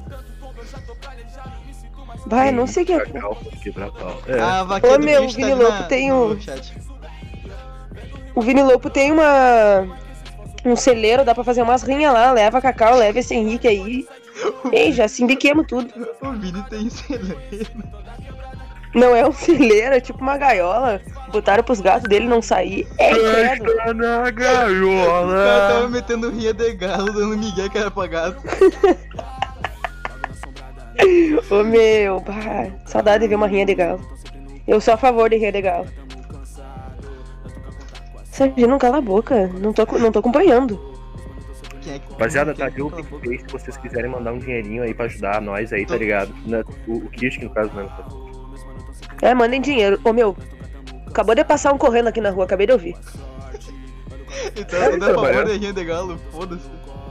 Vai, não sei quem é. Cacau, quebrar pau. É. A vaquinha Ô, do meu, bicho Vini tá ali Louco na- tem no um- chat. O Vini Lopo tem uma. Um celeiro, dá pra fazer umas rinhas lá. Leva a Cacau, leva esse Henrique aí. Ei, já se embiquemos tudo. O Vini tem celeiro. Não é um celeiro, é tipo uma gaiola. Botaram pros gatos dele não sair. É, credo. Tá na O cara tava gaiola. metendo rinha de galo, dando migué que era pra gato. Ô meu, bah, saudade de ver uma rinha de galo. Eu sou a favor de rinha de galo. Serginho, não cala a boca. Não tô, não tô acompanhando. Quem é Rapaziada, tá aqui o PicPay se vocês quiserem mandar um dinheirinho aí pra ajudar nós aí, tá ligado? Na, o, o Kish, no caso, né? É, mandem dinheiro. Ô, meu, acabou de passar um correndo aqui na rua, acabei de ouvir. Então, é, não é a favor da rinha de galo, foda-se.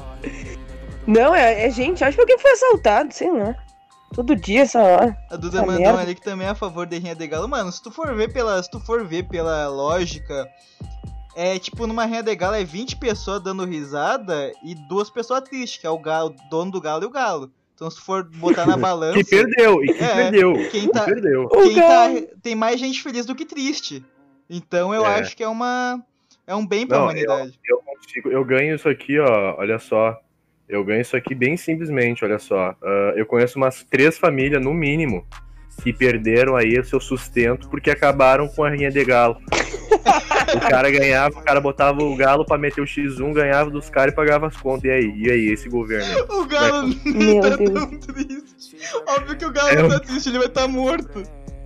Não, é, é gente, acho que alguém foi assaltado, sei lá. Todo dia, essa hora. A Duda essa mandou merda. ali que também é a favor da rinha de galo. Mano, se tu for ver pela, se tu for ver pela lógica, é tipo, numa rinha de galo é vinte pessoas dando risada e duas pessoas tristes, que é o galo, o dono do galo e o galo. Então se tu for botar na balança... Que perdeu, e que é, perdeu, quem tá, que perdeu. Quem tá, tem mais gente feliz do que triste. Então eu É. acho que é uma... É um bem pra Não, humanidade. Eu, eu, consigo, eu ganho isso aqui, ó, olha só. Eu ganho isso aqui bem simplesmente, olha só. Uh, eu conheço umas três famílias, no mínimo, que perderam aí o seu sustento porque acabaram com a rinha de galo. O cara ganhava, o cara botava o galo pra meter o xis um, ganhava dos caras e pagava as contas. E aí? E aí, esse governo? O galo Meu não tá Deus. tão triste. Óbvio que o galo É não um- tá triste, ele vai estar morto.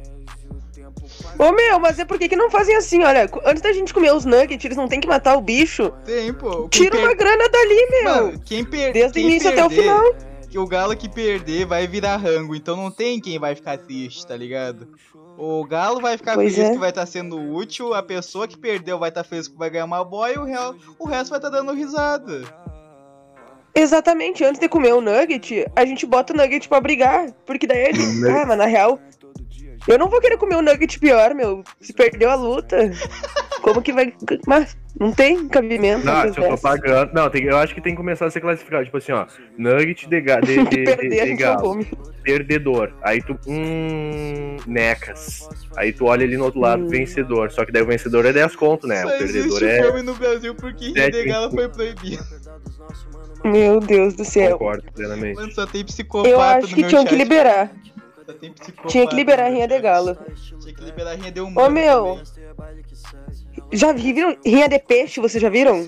Ô, meu, mas é por que que não fazem assim, olha, antes da gente comer os nuggets, eles não tem que matar o bicho. Tem, pô. Tira Quem uma per- grana dali, meu. Mano, quem per... Desde o quem início até o perder, final. que o galo que perder vai virar rango, então não tem quem vai ficar triste, tá ligado? O galo vai ficar Pois feliz é. que vai estar sendo útil, a pessoa que perdeu vai estar feliz que vai ganhar uma boia e o, real... o resto vai estar dando risada. Exatamente, antes de comer o nugget, a gente bota o nugget pra brigar. Porque daí ele. Ah, mas na real. Eu não vou querer comer um nugget pior, meu. Se perdeu a luta. Como que vai. Mas não tem cabimento. Não, essas se eu tô dessas. pagando. Não, tem, eu acho que tem que começar a ser classificado. Tipo assim, ó. Nugget de, ga, de, de, de, Perder, a de gente não galo. come. Perdedor. Aí tu. Hum. Necas. Aí tu olha ali no outro lado, Hum. vencedor. Só que daí o vencedor é dez conto, né? Só O perdedor existe é. fome no Brasil porque rinha de Sete, galo cinco. foi proibido. Meu Deus do céu. Concordo plenamente. Mano, só tem psicopata Eu no acho que meu tinham chat. que liberar. Só tem psicopata Tinha que liberar a no meu rinha de chat. galo. Tinha que liberar a rinha de humano Ô, meu. também. Já viram rinha de peixe? Vocês já viram?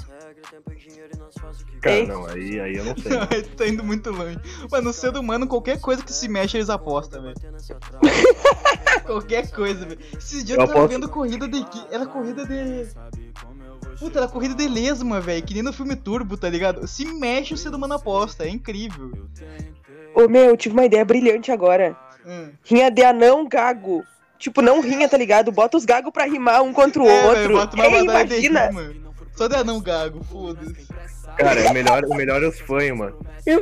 Cara, Ei. não, aí, aí eu não sei. Não, ele tá indo muito longe. Mano, o ser humano, qualquer coisa que se mexe, eles apostam, velho. Qualquer coisa, velho. Esses dias eu, Eu tava aposto- vendo corrida de... Era corrida de... Puta, era corrida de lesma, velho. Que nem no filme Turbo, tá ligado? Se mexe, o ser humano aposta. É incrível. Ô, meu, eu tive uma ideia brilhante agora. Hum. Rinha de anão gago. Tipo, não rinha, tá ligado? Bota os gagos pra rimar um contra o É, outro. velho, bota uma Ei, batalha de imagina. rima. Só de anão gago, foda-se. Cara, é o melhor, o melhor é os fanhos, mano.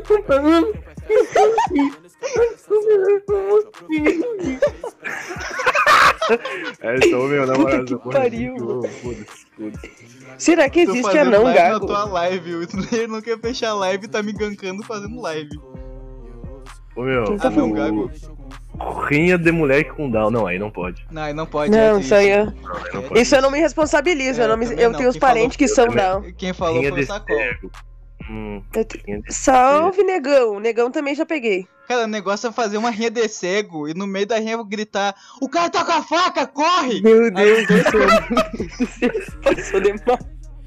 É, então, meu, na moral, que essa porra é pariu. muito- Foda-se, foda-se. Será que Tô existe fazendo anão live gago? na tua live. O Slayer não quer fechar a live e tá me gankando fazendo live. Ô, meu, Quem tá Anão o- gago. rinha de moleque com down. Não, aí não pode. Não, aí não pode. Não, é isso aí triste. eu... Não, aí não pode. Isso eu não me responsabilizo. É, eu não me... também eu não. tenho os Quem parentes que são também- down. Quem falou Rinha foi o de Sacol. cego. Hum, Eu te- rinha de Salve, negão. Negão também já peguei. Cara, o negócio é fazer uma rinha de cego e no meio da rinha eu gritar: o cara tá com a faca, corre! Meu Deus do céu. Passou demais.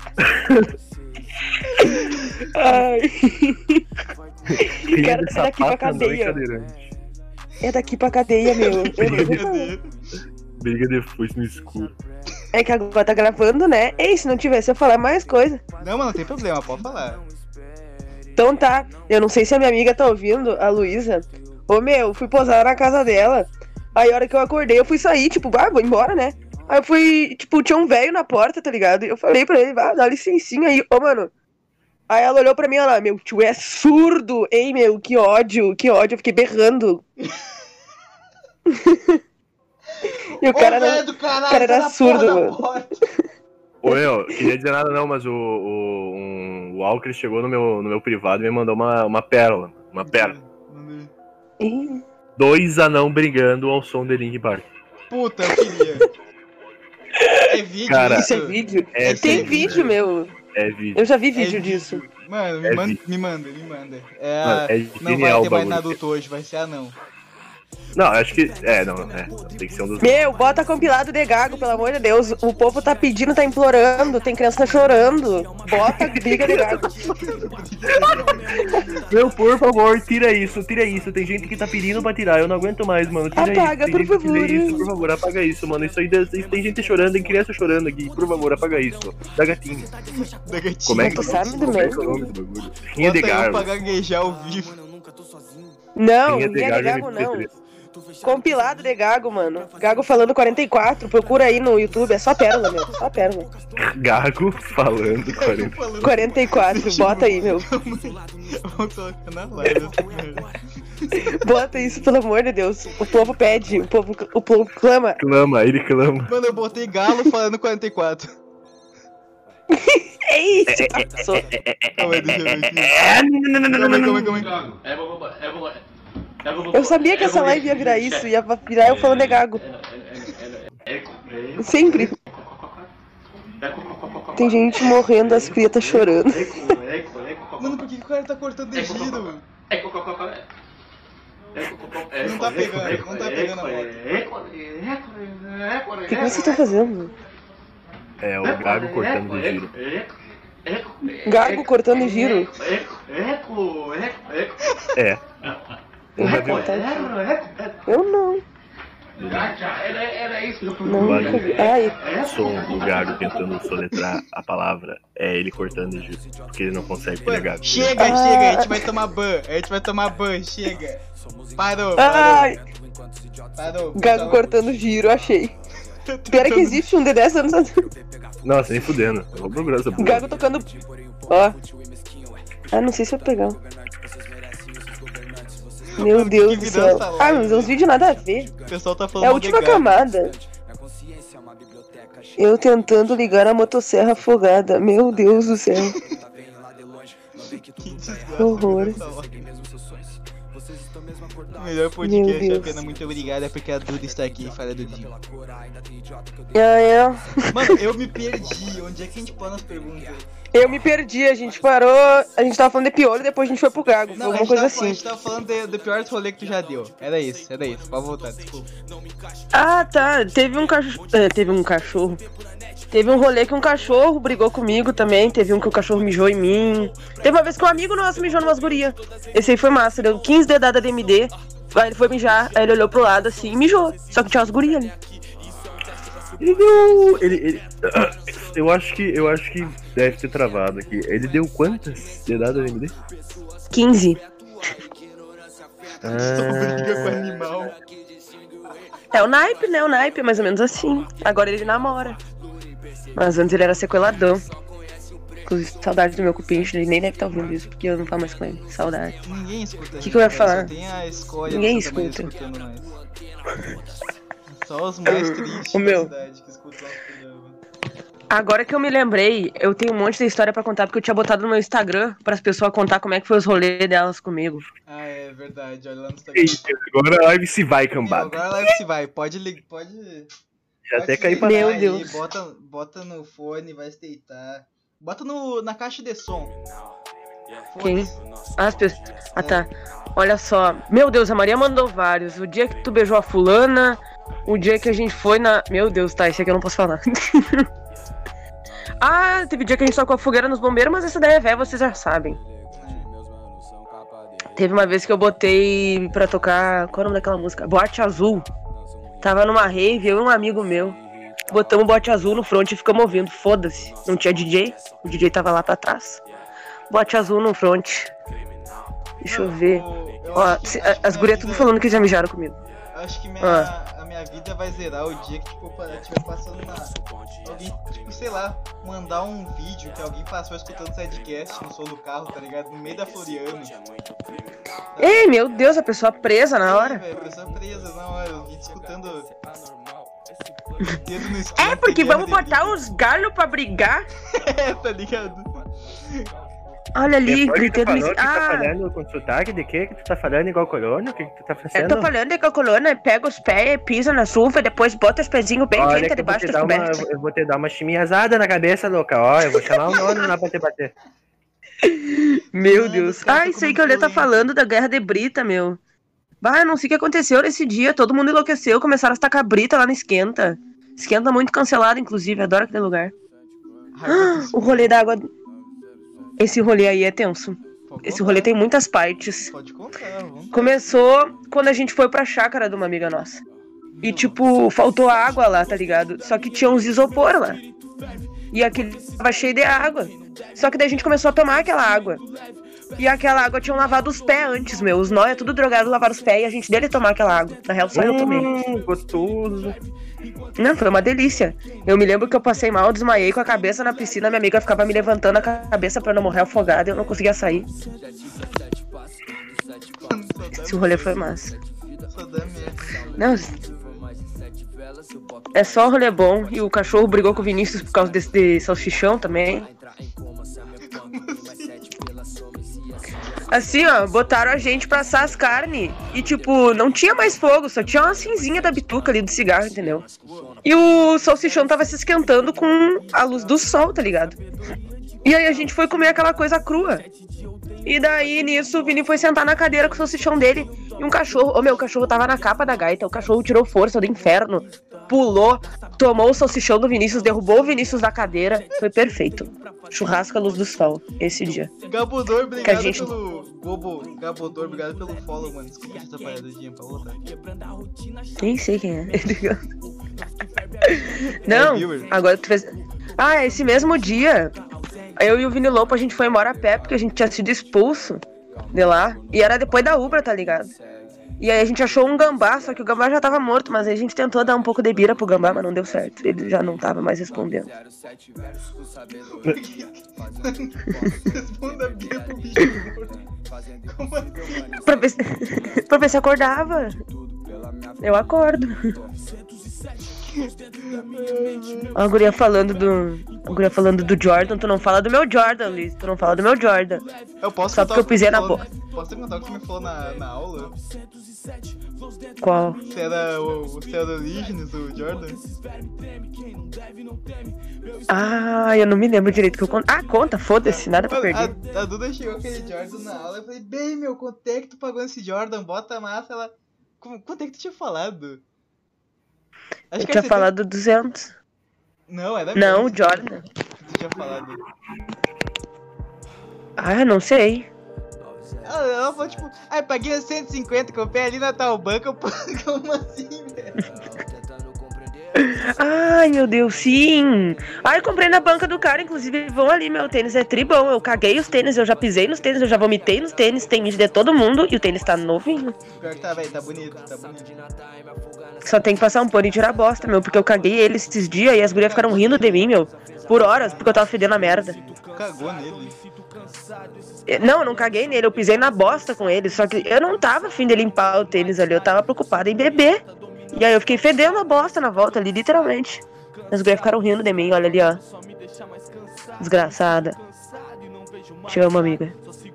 Ai. Rinha Cara, de é daqui pra sapato, não, cadeia. cadeirante. É daqui pra cadeia, meu. Eu nem vou falar. Briga de- Briga de foice no escuro. É que agora tá gravando, né? Ei, se não tivesse eu falar mais coisa. Não, mas não tem problema, pode falar. Então tá, eu não sei se a minha amiga tá ouvindo, a Luísa. Ô meu, fui posar na casa dela. Aí a hora que eu acordei, eu fui sair, tipo, ah, vou embora, né? Aí eu fui, tipo, tinha um velho na porta, tá ligado? E eu falei pra ele, ah, dá licencinha aí, ô mano. Aí ela olhou pra mim, ela, meu tio é surdo, hein, meu, que ódio, que ódio, eu fiquei berrando. E o cara, velho não, do caralho, o cara era tá na surdo, porra da mano. porta. Ô, eu, queria dizer nada não, mas o, o, um, o Walker chegou no meu, no meu privado e me mandou uma, uma pérola. Uma pérola. Ih, Dois anão brigando ao som de Linkin Park. Puta, eu queria. É vídeo Cara, isso é isso? vídeo? É Tem vídeo. vídeo, meu. É vídeo. Eu já vi É vídeo disso. Mano, me, É manda, vídeo. me manda, me manda. É, Mano, é não vai genial ter o mais bagulho. Naruto hoje, vai ser anão. Não, acho que. É, não, é. Tem que ser um dos. Meu, bota compilado de Gago, pelo amor de Deus. O povo tá pedindo, tá implorando, tem criança chorando. Bota briga de Gago. Meu, por favor, tira isso, tira isso. Tem gente que tá pedindo pra tirar, eu não aguento mais, mano. Tira apaga, isso. por Tem favor. Isso, por favor, apaga isso, mano. Isso aí tem gente chorando, tem criança chorando aqui. Por favor, apaga isso. Da gatinha. Da gatinha. Como é que Tu sabe do Como é que é o mesmo? nome do bagulho? Rinha de Bota eu Gago. pra gaguejar ao vivo. Não, Rinha ninguém de é de Gago Gago, M P três. não. Compilado de Gago, mano. Gago falando quarenta e quatro, procura aí no YouTube, é só pérola, meu. Só pérola. Gago falando quarenta. quarenta e quatro, bota aí, meu. Vou colocar na live. Bota isso, pelo amor de Deus. O povo pede, o povo, o povo clama. Clama, ele clama. Mano, eu botei galo falando quarenta e quatro. É isso, passou. Calma aí, deixa eu ver aqui. Calma aí, calma aí, calma aí. Eu sabia que essa live ia virar isso, ia virar eu falando de Gago. Sempre. Tem gente morrendo, as criatas chorando. Mano, por que o cara tá cortando de giro? Não tá pegando, não tá pegando a moto. O que, que vocês estão fazendo? É, o Gago cortando de giro. Gago cortando giro? É. Eu vou contar aqui. Eu não. Não, nunca vi. Ai, O som do Gago tentando soletrar a palavra é ele cortando de giro. Porque ele não consegue pegar. Chega, Ah. chega, a gente vai tomar ban. A gente vai tomar ban, chega. Parou, ai. parou. Parou. Gago cortando giro, achei. Pior é que existe um de dez anos atrás. Nossa, nem fudendo. Eu vou procurar essa porra. Gago tocando. Ó. Ah, não sei se eu pegar. Meu Mano, Deus que do virou céu. essa live? Ah, mas é uns vídeos nada a ver. O pessoal tá falando É a mal de última gato. camada. Eu tentando ligar a motosserra afogada. Meu Deus do céu. Que desgraça, Horror. essa live. Melhor podcast, Meu Deus. a pena, muito obrigada porque a Duda está aqui, fala Dudinho. Ah, é. Mano, eu me perdi, onde é que a gente põe nas perguntas? Eu me perdi, a gente parou. A gente tava falando de piolho e depois a gente foi pro Gago. Foi Não, a alguma gente, coisa tava, a gente assim. tava falando de- do pior rolê que tu já deu. Era isso, era isso, pode voltar, desculpa. Ah, tá. Teve um cachorro. É, teve um cachorro. Teve um rolê que um cachorro brigou comigo também. Teve um que o cachorro mijou em mim. Teve uma vez que um amigo nosso mijou numas gurias. Esse aí foi massa. Deu quinze dedadas de M D. Aí ele foi mijar. Aí ele olhou pro lado assim e mijou. Só que tinha umas gurias ali. Ele deu. Ele, ele, eu acho que. Eu acho que deve ter travado aqui. Ele deu quantas dedadas no M D? quinze. Só briga com animal. É o naipe, né? O naipe é mais ou menos assim. Agora ele namora. Mas antes ele era sequeladão. Inclusive, saudade do meu cupincho. Ele nem deve estar ouvindo isso, porque eu não falo mais com ele. Saudade. Ninguém escuta. Que que eu ia gente, falar? Só tem a escolha Ninguém do Santa Maria escuta. escutando nós. Só os mais tristes O meu. da cidade que escutam nosso programa. Agora que eu me lembrei, eu tenho um monte de história pra contar, porque eu tinha botado no meu Instagram para as pessoas contar como é que foi os rolês delas comigo. Ah, é verdade, olha lá no Instagram. Eita, agora a live se vai, Meu, cambada. agora a live se vai, pode ligar, pode... Já pode até se caí pra ligar Meu aí, Deus. Bota, bota no fone, vai se deitar. Bota no, na caixa de som. Quem? Ah, as pessoas. Ah, tá. Olha só. Meu Deus, a Maria mandou vários. O dia que tu beijou a fulana, o dia que a gente foi na... Meu Deus, tá, esse aqui eu não posso falar. Ah, teve dia que a gente tocou a fogueira nos bombeiros, mas essa daí é velha, vocês já sabem. Teve uma vez que eu botei pra tocar... Qual é o nome daquela música? Boate Azul. Tava numa rave, eu e um amigo meu. Botamos Boate Azul no front e ficamos ouvindo. Foda-se. Não tinha D J. O D J tava lá pra trás. Boate Azul no front. Deixa eu ver. Eu Ó, acho que- se- acho que as minha gurias tudo vida- falando que já mijaram comigo. Acho que minha, Ah. a minha vida vai zerar o dia que, tipo, eu estiver passando na... Alguém, tipo, sei lá, mandar um vídeo que alguém passou escutando sidecast no som do carro, tá ligado? No meio da Floriano. Ei, meu Deus, a pessoa presa na Sim, hora. velho, a pessoa presa na hora, eu vim escutando... Dedo no É, esquema, porque pegando vamos de botar bico. os galhos pra brigar. É, tá ligado? Olha ali, Depois que tu gritando. falou isso. que tá Ah, falando com sotaque de quê? Que tu tá falando igual corona? O que, que tu tá eu fazendo? tô falando que a coluna pega os pés, pisa na chuva, depois bota os pezinhos bem Olha, quentes que eu vou, debaixo te das dar uma, cobertas. eu vou te dar uma chimiazada na cabeça, louca. Ó, eu vou chamar o nono lá pra te bater. Meu Mano, Deus. os caras Ah, tão isso aí comendo que o Lê tá polenta. falando da guerra de Brita, meu. Bah, não sei o que aconteceu nesse dia, todo mundo enlouqueceu, começaram a tacar brita lá no Esquenta. Esquenta muito cancelado, inclusive, adoro aquele lugar. Ah, o rolê da água... Esse rolê aí é tenso. Esse rolê tem muitas partes. Pode contar, vamos. Começou quando a gente foi pra chácara de uma amiga nossa. E, tipo, faltou água lá, tá ligado? Só que tinha uns isopor lá. E aquele tava cheio de água. Só que daí a gente começou a tomar aquela água. E aquela água tinham lavado os pés antes, meu. Os nóia tudo drogado, lavaram os pés e a gente dele tomar aquela água. Na real, só eu tomei. Hum, gostoso. Não, foi uma delícia. Eu me lembro que eu passei mal, desmaiei com a cabeça na piscina. Minha amiga ficava me levantando a cabeça pra eu não morrer afogada e eu não conseguia sair. Esse rolê foi massa. Só dá merda. Não, é só rolê bom. E o cachorro brigou com o Vinícius por causa desse de salsichão também. Assim, ó, botaram a gente pra assar as carnes. E, tipo, não tinha mais fogo, só tinha uma cinzinha da bituca ali do cigarro, entendeu? E o salsichão tava se esquentando com a luz do sol, tá ligado? E aí a gente foi comer aquela coisa crua. E daí, nisso, o Vini foi sentar na cadeira com o salsichão dele. E um cachorro... Ô, meu, o cachorro tava na capa da gaita. O cachorro tirou força do inferno. Pulou, tomou o salsichão do Vinícius, derrubou o Vinícius da cadeira. Foi perfeito. Churrasco à luz do sol, esse dia. Gabodor, obrigado gente... pelo... Gobo, Gabodor, obrigado pelo follow, mano. Desculpa te atrapalhar do dia pra voltar. Nem sei quem é. Não, agora tu fez... Ah, esse mesmo dia... Eu e o Vini Lopo, a gente foi embora a pé, porque a gente tinha sido expulso de lá. E era depois da Ubra, tá ligado? E aí a gente achou um gambá, só que o gambá já tava morto. Mas aí a gente tentou dar um pouco de bira pro gambá, mas não deu certo. Ele já não tava mais respondendo. Responda bira pro bicho morto. Como assim? pra, ver se... pra ver se acordava. Eu acordo. A guria falando do... A guria falando do Jordan. Tu não fala do meu Jordan, Liz. Tu não fala do meu Jordan. Eu posso Só porque eu pisei na boca. Posso te contar o que você me falou na, na aula? Qual? Você era o, você era o Origins, o Jordan? Ah, eu não me lembro direito que eu conto. Ah, conta, foda-se, nada pra perder. A, a Duda chegou aquele Jordan na aula. Eu falei, bem, meu, quanto é que tu pagou esse Jordan? Bota a massa. Ela... Quanto é que tu tinha falado? Acho eu que tinha falado tem... duzentos. Não, era Não, mesmo. o Jordan. Tu tinha falado. Ah, não sei. Ela, ela falou tipo, ai, paguei cento e cinquenta, comprei ali na tal banca. Eu... Como assim, velho? Ai, meu Deus, sim. Ai, comprei na banca do cara, inclusive vão ali, meu tênis é tribom. Eu caguei os tênis, eu já pisei nos tênis, eu já vomitei nos tênis. Tem de todo mundo e o tênis tá novinho. Pior que tá, velho, tá bonito, tá bonito. Só tem que passar um pano e tirar a bosta, meu, porque eu caguei ele esses dias e as gurias ficaram rindo de mim, meu, por horas, porque eu tava fedendo a merda. Cagou nele? Não, eu não caguei nele, eu pisei na bosta com ele, só que eu não tava afim de limpar o tênis ali, eu tava preocupada em beber. E aí eu fiquei fedendo a bosta na volta ali, literalmente. As gurias ficaram rindo de mim, olha ali, ó. Desgraçada. Te amo, amiga.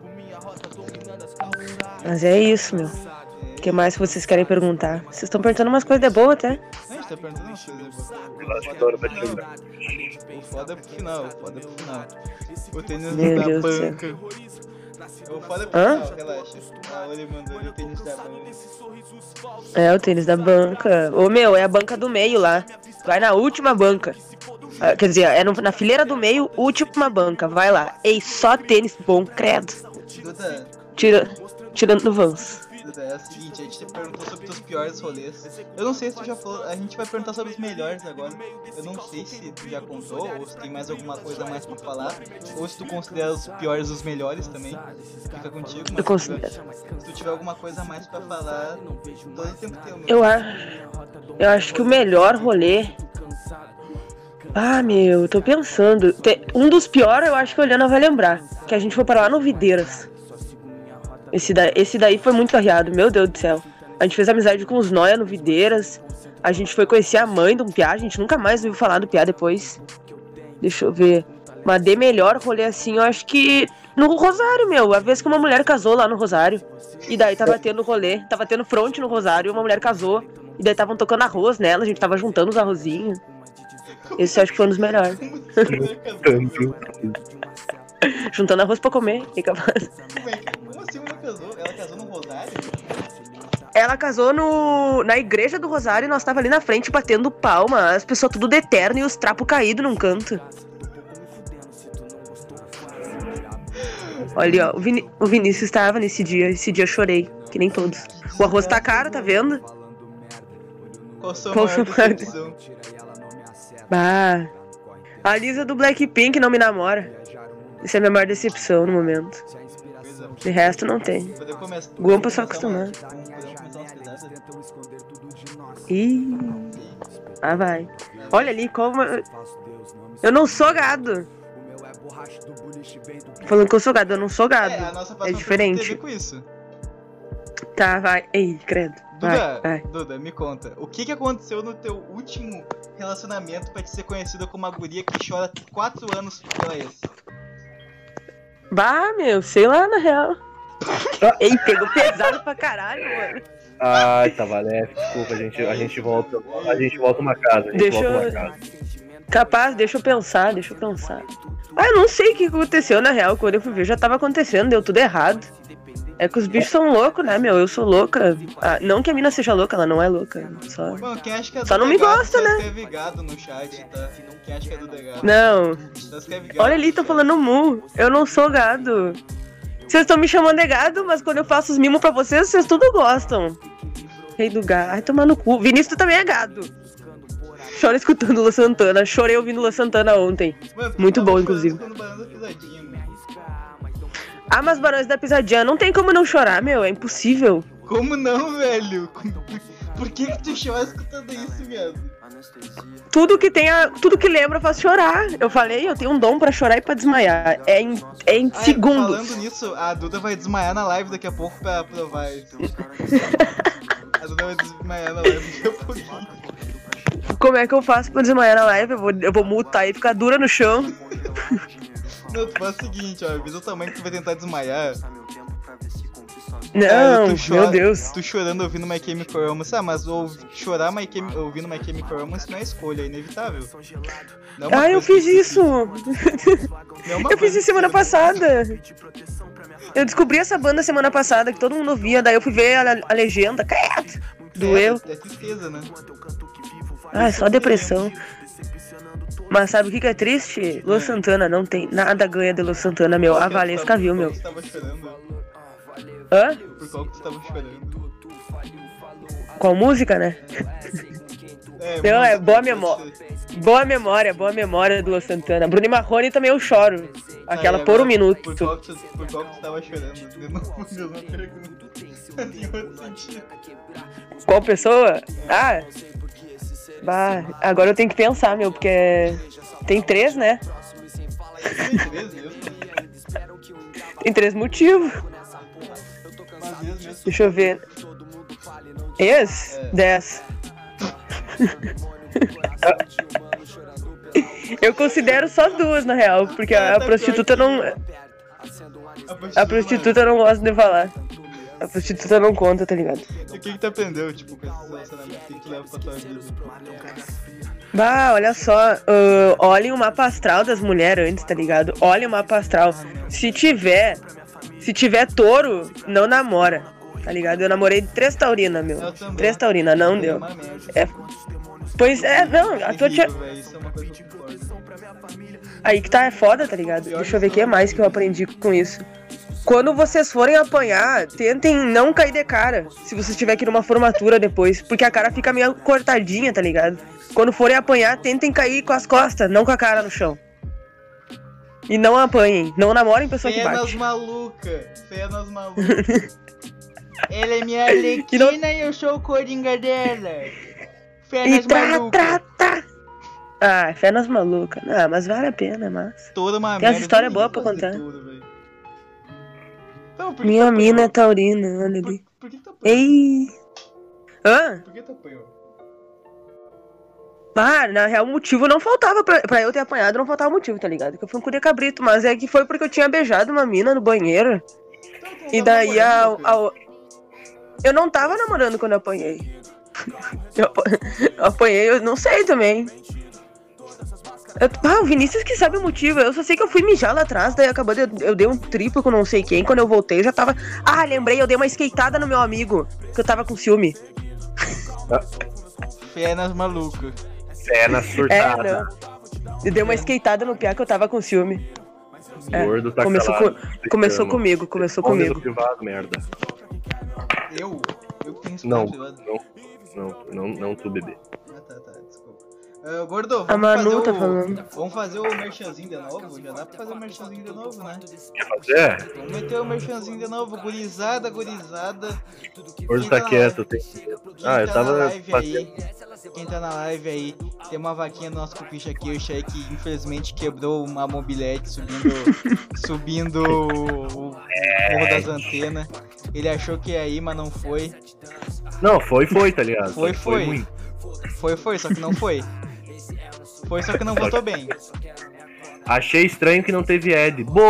Mas é isso, meu. O que mais vocês querem perguntar? Vocês estão perguntando umas coisas de boa até. A gente tá perguntando umas coisas de boa. O foda é pro final, o foda é pro final. O tênis Meu da Deus banca. O foda é pro Hã? final, relaxa. Ah, ele mandou o tênis da banca. É, o tênis da banca. Ô, meu, é a banca do meio lá. Vai na última banca. Ah, quer dizer, é no, na fileira do meio, última banca. Vai lá. Ei, só tênis bom, credo. Duda, Tira, tirando do Vans. Duda, é o seguinte, a gente perguntou sobre os teus piores rolês. Eu não sei se tu já falou, a gente vai perguntar sobre os melhores agora. Eu não sei se tu já contou, ou se tem mais alguma coisa a mais pra falar. Ou se tu considera os piores os melhores também. Fica contigo, mas Eu considero. se tu tiver alguma coisa a mais pra falar, todo o tempo teu, meu. Eu acho. Eu acho que o melhor rolê. Ah, meu, eu tô pensando. Tem- Um dos piores, eu acho que a Oliana vai lembrar. Que a gente foi para lá no Videiras. Esse, da... Esse daí foi muito arriado, meu Deus do céu. A gente fez amizade com os Noia no Videiras. A gente foi conhecer a mãe de um piá. A gente nunca mais ouviu falar do piá depois. Deixa eu ver. Mas de melhor rolê assim, eu acho que no Rosário, meu. A vez que uma mulher casou lá no Rosário. E daí tava tendo rolê, tava tendo front no Rosário, uma mulher casou. E daí estavam tocando arroz nela, a gente tava juntando os arrozinhos. Esse eu acho que foi um dos melhores. Juntando arroz pra comer. Fica fácil. Como assim ela casou? Ela casou no Rosário? ela casou no, na igreja do Rosário e nós tava ali na frente batendo palma, as pessoas tudo de eterno e os trapos caídos num canto. Olha, ó, o, Vini, o Vinícius estava nesse dia, esse dia eu chorei, que nem todos. O arroz tá caro, tá vendo? Qual sua Qual maior sua- decepção? Bah, a Lisa do Blackpink não me namora. Essa é a minha maior decepção no momento. De resto não tem. Poder começar. Guampa só começar uma- acostumado. Podemos começar umas pesadas? Ih, ah vai. Olha ali como... Eu não sou gado. Falando que eu sou gado, eu não sou gado. É, a nossa É próxima diferente. pergunta tem a ver com isso. Tá, vai. Ei, credo. Vai, Duda, vai. Duda, me conta. O que que aconteceu no teu último relacionamento pra te ser conhecida como a guria que chora quatro anos pela ex? Bah, meu, sei lá, na real. Ei, pegou pesado pra caralho, mano. Ai, tá valendo. Desculpa, a gente, a gente volta. A gente volta uma casa. A gente Deixa volta eu- uma casa. Capaz, deixa eu pensar, deixa eu pensar. Ah, eu não sei o que aconteceu, na real. Quando eu fui ver, já tava acontecendo, deu tudo errado. É que os bichos são loucos, né, meu? Eu sou louca. Ah, não que a mina seja louca, ela não é louca. Só... Mano, quem acha que é Só Duda não me gado, gosta, só né? escreve gado no chat, tá? Quem acha que é Duda gado? Não. Só escreve gado Olha ali, no tô chat. falando mu. Eu não sou gado. Vocês estão me chamando de gado, mas quando eu faço os mimos pra vocês, vocês tudo gostam. Rei do gado. Ai, tomar no cu. Vinícius, tu também é gado. Chora escutando Lua Santana. Chorei ouvindo Lua Santana ontem. Mano, tu Muito tava bom, chorando inclusive. quando o Barão da Pisadinha, mano. Ah, mas Barões da Pisadinha, não tem como não chorar, meu. É impossível. Como não, velho? Por que que tu chora escutando isso, viado? Tudo que tem a, tudo que lembra faz chorar. Eu falei, eu tenho um dom pra chorar e pra desmaiar. É em, é em Ah, segundos. Falando nisso, a Duda vai desmaiar na live daqui a pouco pra provar isso. A Duda vai desmaiar na live daqui a pouquinho. Como é que eu faço pra desmaiar na live? Eu vou, eu vou mutar e ficar dura no chão. Não, tu faz o seguinte, ó, avisa tua mãe que tu vai tentar desmaiar. Não, Aí tu chora- meu Deus. Tu chorando ouvindo My Chemical Romance. Ah, mas ou, chorar My Chemi- ouvindo My Chemical Romance não é escolha, é inevitável. Não é uma Ah, eu coisa fiz que- isso. não é uma Eu fiz coisa isso semana que- passada. Eu descobri essa banda semana passada, que todo mundo ouvia. Daí eu fui ver a, a legenda. Credo. Doeu. É, é tristeza, né? Ah, é só depressão. Mas sabe o que que é triste? Lua Santana não tem nada ganha de Lua Santana, meu. A Valesca viu, meu. Por qual que tu tava chorando? Hã? Por qual que tu tava chorando? Qual música, né? É, Não, é música, boa pode memória. ser. Boa memória, boa memória do Lua Santana. Bruno e Marrone também eu choro. Aquela Aí, por um agora, minuto. Por qual, que tu, por qual que tu tava chorando? De novo, mesma pergunta. Em outro sentido. Qual pessoa? Ah, bah, agora eu tenho que pensar, meu, porque tem três, né? Tem três mesmo? Tem três motivos. Mas ex mesmo. Deixa eu ver. Ex? É. Dez. Eu considero só duas, na real, porque a, a prostituta não. A prostituta eu não gosto de falar. A prostituta não conta, tá ligado? E o que que tu aprendeu, tipo, com esses relacionamentos? O que que tu leva pra tua vida? Bah, olha só, uh, olhem o mapa astral das mulheres antes, tá ligado? Olhem o mapa astral. Se tiver, se tiver touro, não namora, tá ligado? Eu namorei três taurinas, meu. Eu também. Três taurinas, não É deu. uma merda. É. Pois é, não, a tua tia... Terrível, velho, isso é uma coisa que eu concordo. Aí que tá, é foda, tá ligado? Deixa eu ver o que mais que eu aprendi com isso. Quando vocês forem apanhar, tentem não cair de cara, se vocês tiver que ir numa formatura depois, porque a cara fica meio cortadinha, tá ligado? Quando forem apanhar, tentem cair com as costas, não com a cara no chão. E não apanhem, não namorem pessoa que Fenas bate. maluca, fenas maluca. Ela é minha Arlequina E não- e eu sou o Coringa dela. E Fenas tra, maluca. tra, tra. Ah, fé nas malucas. Ah, mas vale a pena, mas... Toda uma Tem as merda, histórias eu boas nem pra gosto de contar. tudo, velho. Então, por que Minha tu apanhou? mina é taurina, olha Por, ali. por que tu apanhou? Ei! Hã? Por que tu apanhou? Ah, na real, o motivo não faltava pra, pra eu ter apanhado, não faltava motivo, tá ligado? Que eu fui um cu de cabrito, mas é que foi porque eu tinha beijado uma mina no banheiro. Então, tu não E tava daí a, namorando, cara? a- eu não tava namorando quando eu apanhei. Eu, apa- eu apanhei, eu não sei também. Eu, ah, o Vinícius que sabe o motivo. Eu só sei que eu fui mijar lá atrás, daí acabou de, eu dei um triplo com não sei quem. Quando eu voltei, já tava... Ah, lembrei, eu dei uma skateada no meu amigo, que eu tava com ciúme. Fenas maluco. Fenas surtada. É, não. Eu dei uma skateada no piá que eu tava com ciúme. É, Gordo tá começou, calado, com, começou comigo, começou Homem comigo. do privado, merda. Eu? Eu que tenho esse Não, privado. não, não, não, não tu, bebê. Ah, tá, tá, desculpa. Uh, Gordo, vamos A Manu fazer tá o... falando. Vamos fazer o merchanzinho de novo? Já dá pra fazer o merchanzinho de novo, né? Quer fazer? Vamos meter o merchanzinho de novo, gurizada, gurizada. Gordo Quem tá na quieto, live- tem. Quem Ah, eu tá tava na live fazendo. aí, quem tá na live aí, tem uma vaquinha do nosso cupicha aqui, o Shai, que infelizmente quebrou uma mobilete subindo, subindo o, o morro das antenas. Ele achou que ia ir, mas não foi. Não, foi, foi, tá ligado? Foi, Só que foi. ruim. Foi, foi, só que não foi. Foi, só que não votou bem. Achei estranho que não teve Ed. Boa!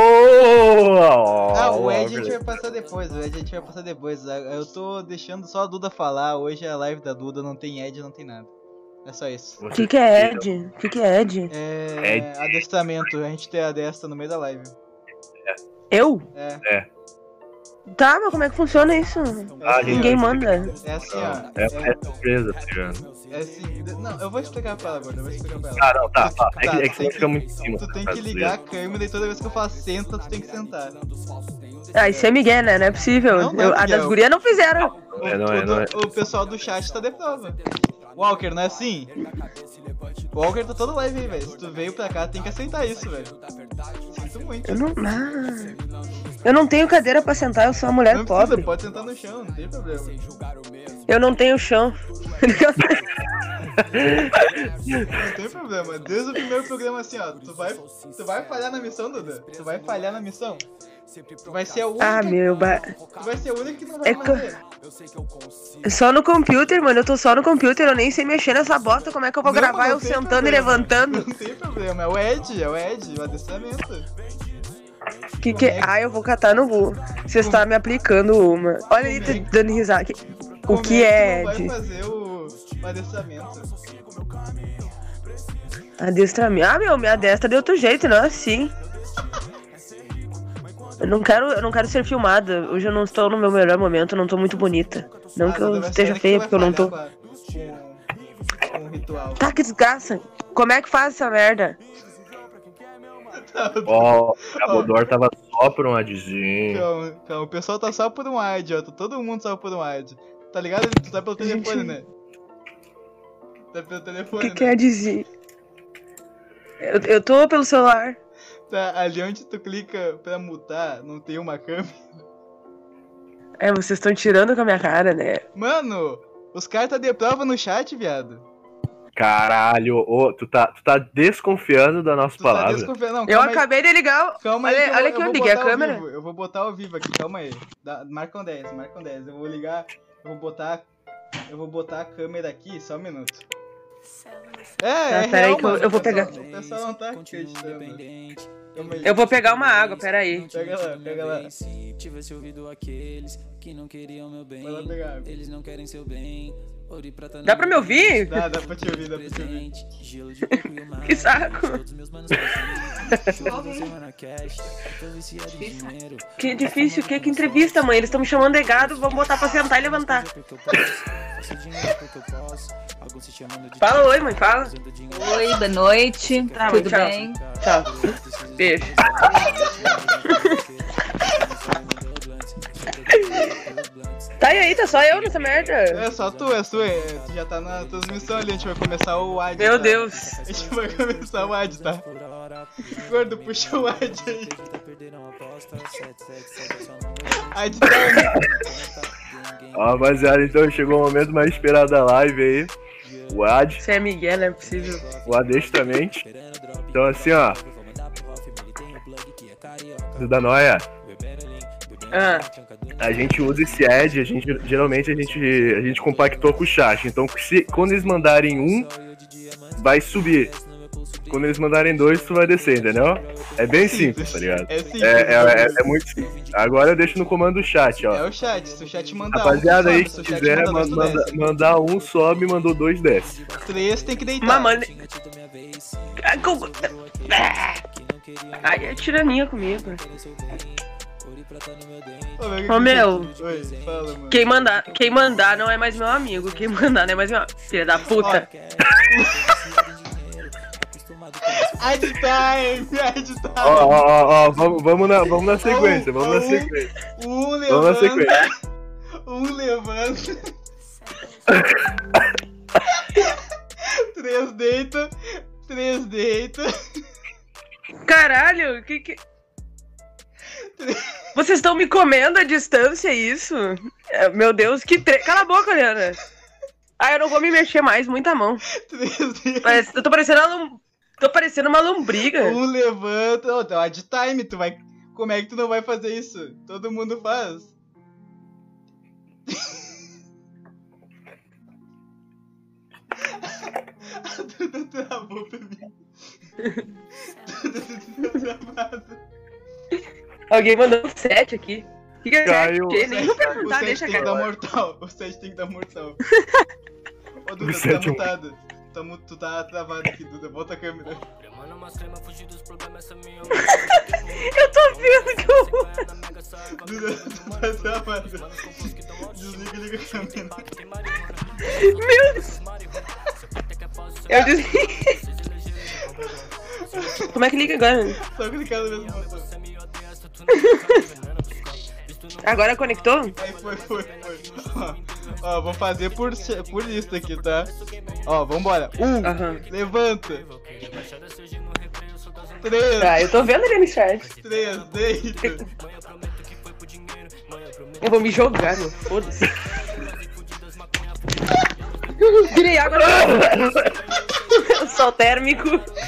Ah, o Ed a gente vai passar depois, o Ed a gente vai passar depois. Eu tô deixando só a Duda falar, hoje é a live da Duda, não tem Ed, não tem nada. É só isso. O que que é Ed? O que que é Ed? É... Ed. Adestramento, a gente tem adestra no meio da live. Eu? É. É. Tá, mas como é que funciona isso? Ah, gente, Ninguém manda. É assim, ó. É, é surpresa, tá ligado? É assim. Não, eu vou explicar pra ela agora, eu vou explicar pra ela. Ah, não, tá, tá. É Tá, que, é tu que tem você fica muito em cima. Tu tem tá, que ligar a câmera e toda vez que eu falar senta, tu tem que sentar. Ah, isso é Miguel, né? Não é possível. Não, não é Eu- a Miguel. das gurias não fizeram. O, É, não é, o- não é. o pessoal do chat tá de prova. Walker, não é assim? O Walker tá todo live aí, velho. Se tu veio pra cá, tem que aceitar isso, velho. Sinto muito. Eu não. Ah, eu não tenho cadeira pra sentar, eu sou uma mulher Não precisa, pobre. pode sentar no chão, não tem problema. Eu não tenho chão. Não tem problema. Desde o primeiro programa assim, ó. Tu vai, tu vai falhar na missão, Duda? Tu vai falhar na missão? Tu vai ser a única. Ah, meu. Ba... Tu vai ser a única que não vai É co- fazer. Só no computer, mano. Eu tô só no computer, eu nem sei mexer nessa bosta. Como é que eu vou Não, gravar não eu tem sentando problema. e levantando? Não tem problema, é o Ed, é o Ed, o adestramento. Que que... Ah, eu vou catar no voo. Você está me aplicando uma. Olha aí, tá dando risada. O Como que é, é que tu Ed? não vai fazer o, o adestramento? Adestramento. Ah, meu, minha destra de outro jeito, não é assim. Eu não quero, eu não quero ser filmada. Hoje eu não estou no meu melhor momento, eu não tô muito bonita. Não Ah, que Duda, eu vai esteja sair feia, que tu porque eu vai não tô. falhar Com, com um ritual. Tá, que desgraça. Como é que faz essa merda? Ó, o Cabodor tava só por um adzinho. Calma, calma, o pessoal tá só por um ad, ó. Tá todo mundo só por um ad. Tá ligado? Tu tá pelo telefone, Gente. né? Tá pelo O telefone, que né? quer dizer? Eu, eu tô pelo celular. Tá, ali onde tu clica pra mutar, não tem uma câmera. É, vocês estão tirando com a minha cara, né? Mano, os caras tá de prova no chat, viado. Caralho, ô, tu, tá, tu tá desconfiando da nossa Tu tá palavra. desconfiando. Não, Eu calma aí. acabei de ligar. o- Calma aí, olha que eu, olha eu aqui, eu vou liguei a botar ao câmera. vivo, eu vou botar ao vivo aqui, calma aí. Dá, marca um dez, marca um dez. Eu vou ligar, eu vou botar, eu vou botar a câmera aqui, só um minuto. É, é pera aí real, que eu- mano, eu vou o pessoal- pegar. O pessoal não tá acreditando. Calma aí. Eu vou pegar uma água, peraí. Pega lá, pega lá. Tivesse ouvido aqueles que não queriam meu bem. Vai lá pegar água. Eles não querem seu bem. Ouro e prata Dá pra me ouvir? Dá, dá pra te ouvir, dá pra te ouvir. Gelo de coco e o mar. Que saco. Todos meus manos presentes. Chuva da semana cash. Tô viciado em dinheiro. Que difícil, que, que entrevista, mãe. Eles estão me chamando de gado, vamos botar pra sentar e levantar. Porque eu posso. Faço dinheiro porque eu posso. Alguns se chamando de Fala oi, mãe, fala. usando dinheiro. Oi, boa noite. Tá, Tudo tchau. bem? Tchau. Beijo. Tá, e aí, tá só eu nessa merda? É só tu, é tu, é, tu já tá na transmissão ali, a gente vai começar o ad. Meu tá? Deus. A gente vai começar o ad, tá? Gordo, puxa o ad aí. Ad tá Ó, rapaziada, então chegou o momento mais esperado da live aí. O ad, Você é Miguel, não é possível. o adestramento. Então assim, ó. Da Noia, Ah, a gente usa esse ad, a gente, geralmente a gente, a gente compactou com o chat. Então se, quando eles mandarem um, vai subir. Quando eles mandarem dois, tu vai descer, entendeu? É bem simples, tá ligado? É simples. É, é, é, é muito simples. Agora eu deixo no comando do chat, ó. É o chat, se o chat mandar Rapaziada um, aí tu que sobe, se o chat quiser mandar dois, tu manda- desce. mandar um, sobe, mandou dois, desce. Três tem que deitar. mamãe. Ai, é tirania comigo. Ô, Ô, meu. Oi, fala, mano. Quem mandar, quem mandar não é mais meu amigo. Quem mandar não é mais meu amigo. Filha da puta. Ad time, ad time. Ó, ó, ó, ó, vamos, vamos, na, vamos na sequência, vamos na sequência. Um Vamos na levanta. sequência. Um levanta. Três deita. Três deita. Caralho, que que... Vocês estão me comendo à distância, é isso? É, meu Deus, que tre... Cala a boca, Leana. Ah, eu não vou me mexer mais, muita mão. Três deita. Parece... Eu tô parecendo uma lom... Tô parecendo uma lombriga. Um levanta. Ô, tem ad time, tu vai... Como é que tu não vai fazer isso? Todo mundo faz. A Duda travou pra mim. Duda tá travada. Alguém mandou um sete aqui. O que, que é Caiu. sete? Nem vou O perguntar, sete deixa tem que cara. dar mortal. O sete tem que dar mortal. Ô, Duda, O tu tá sete é um- mutado. Tu tá, mu- tu tá travado aqui, Duda. Volta a câmera. Eu tô vendo que eu... Duda, tu tá travado. Desliga e liga a câmera. Meu Deus. Eu desliguei. Como é que liga agora? Só clicar no mesmo botão. Agora conectou? Aí foi, foi, foi. Ó, ó, vou fazer por, se- por lista aqui, tá? Ó, vambora. Um, Aham. levanta. Três, Tá, eu tô vendo ali no chat. três, deita. Eu vou me jogar, meu. Foda-se. Virei água no... Sol térmico.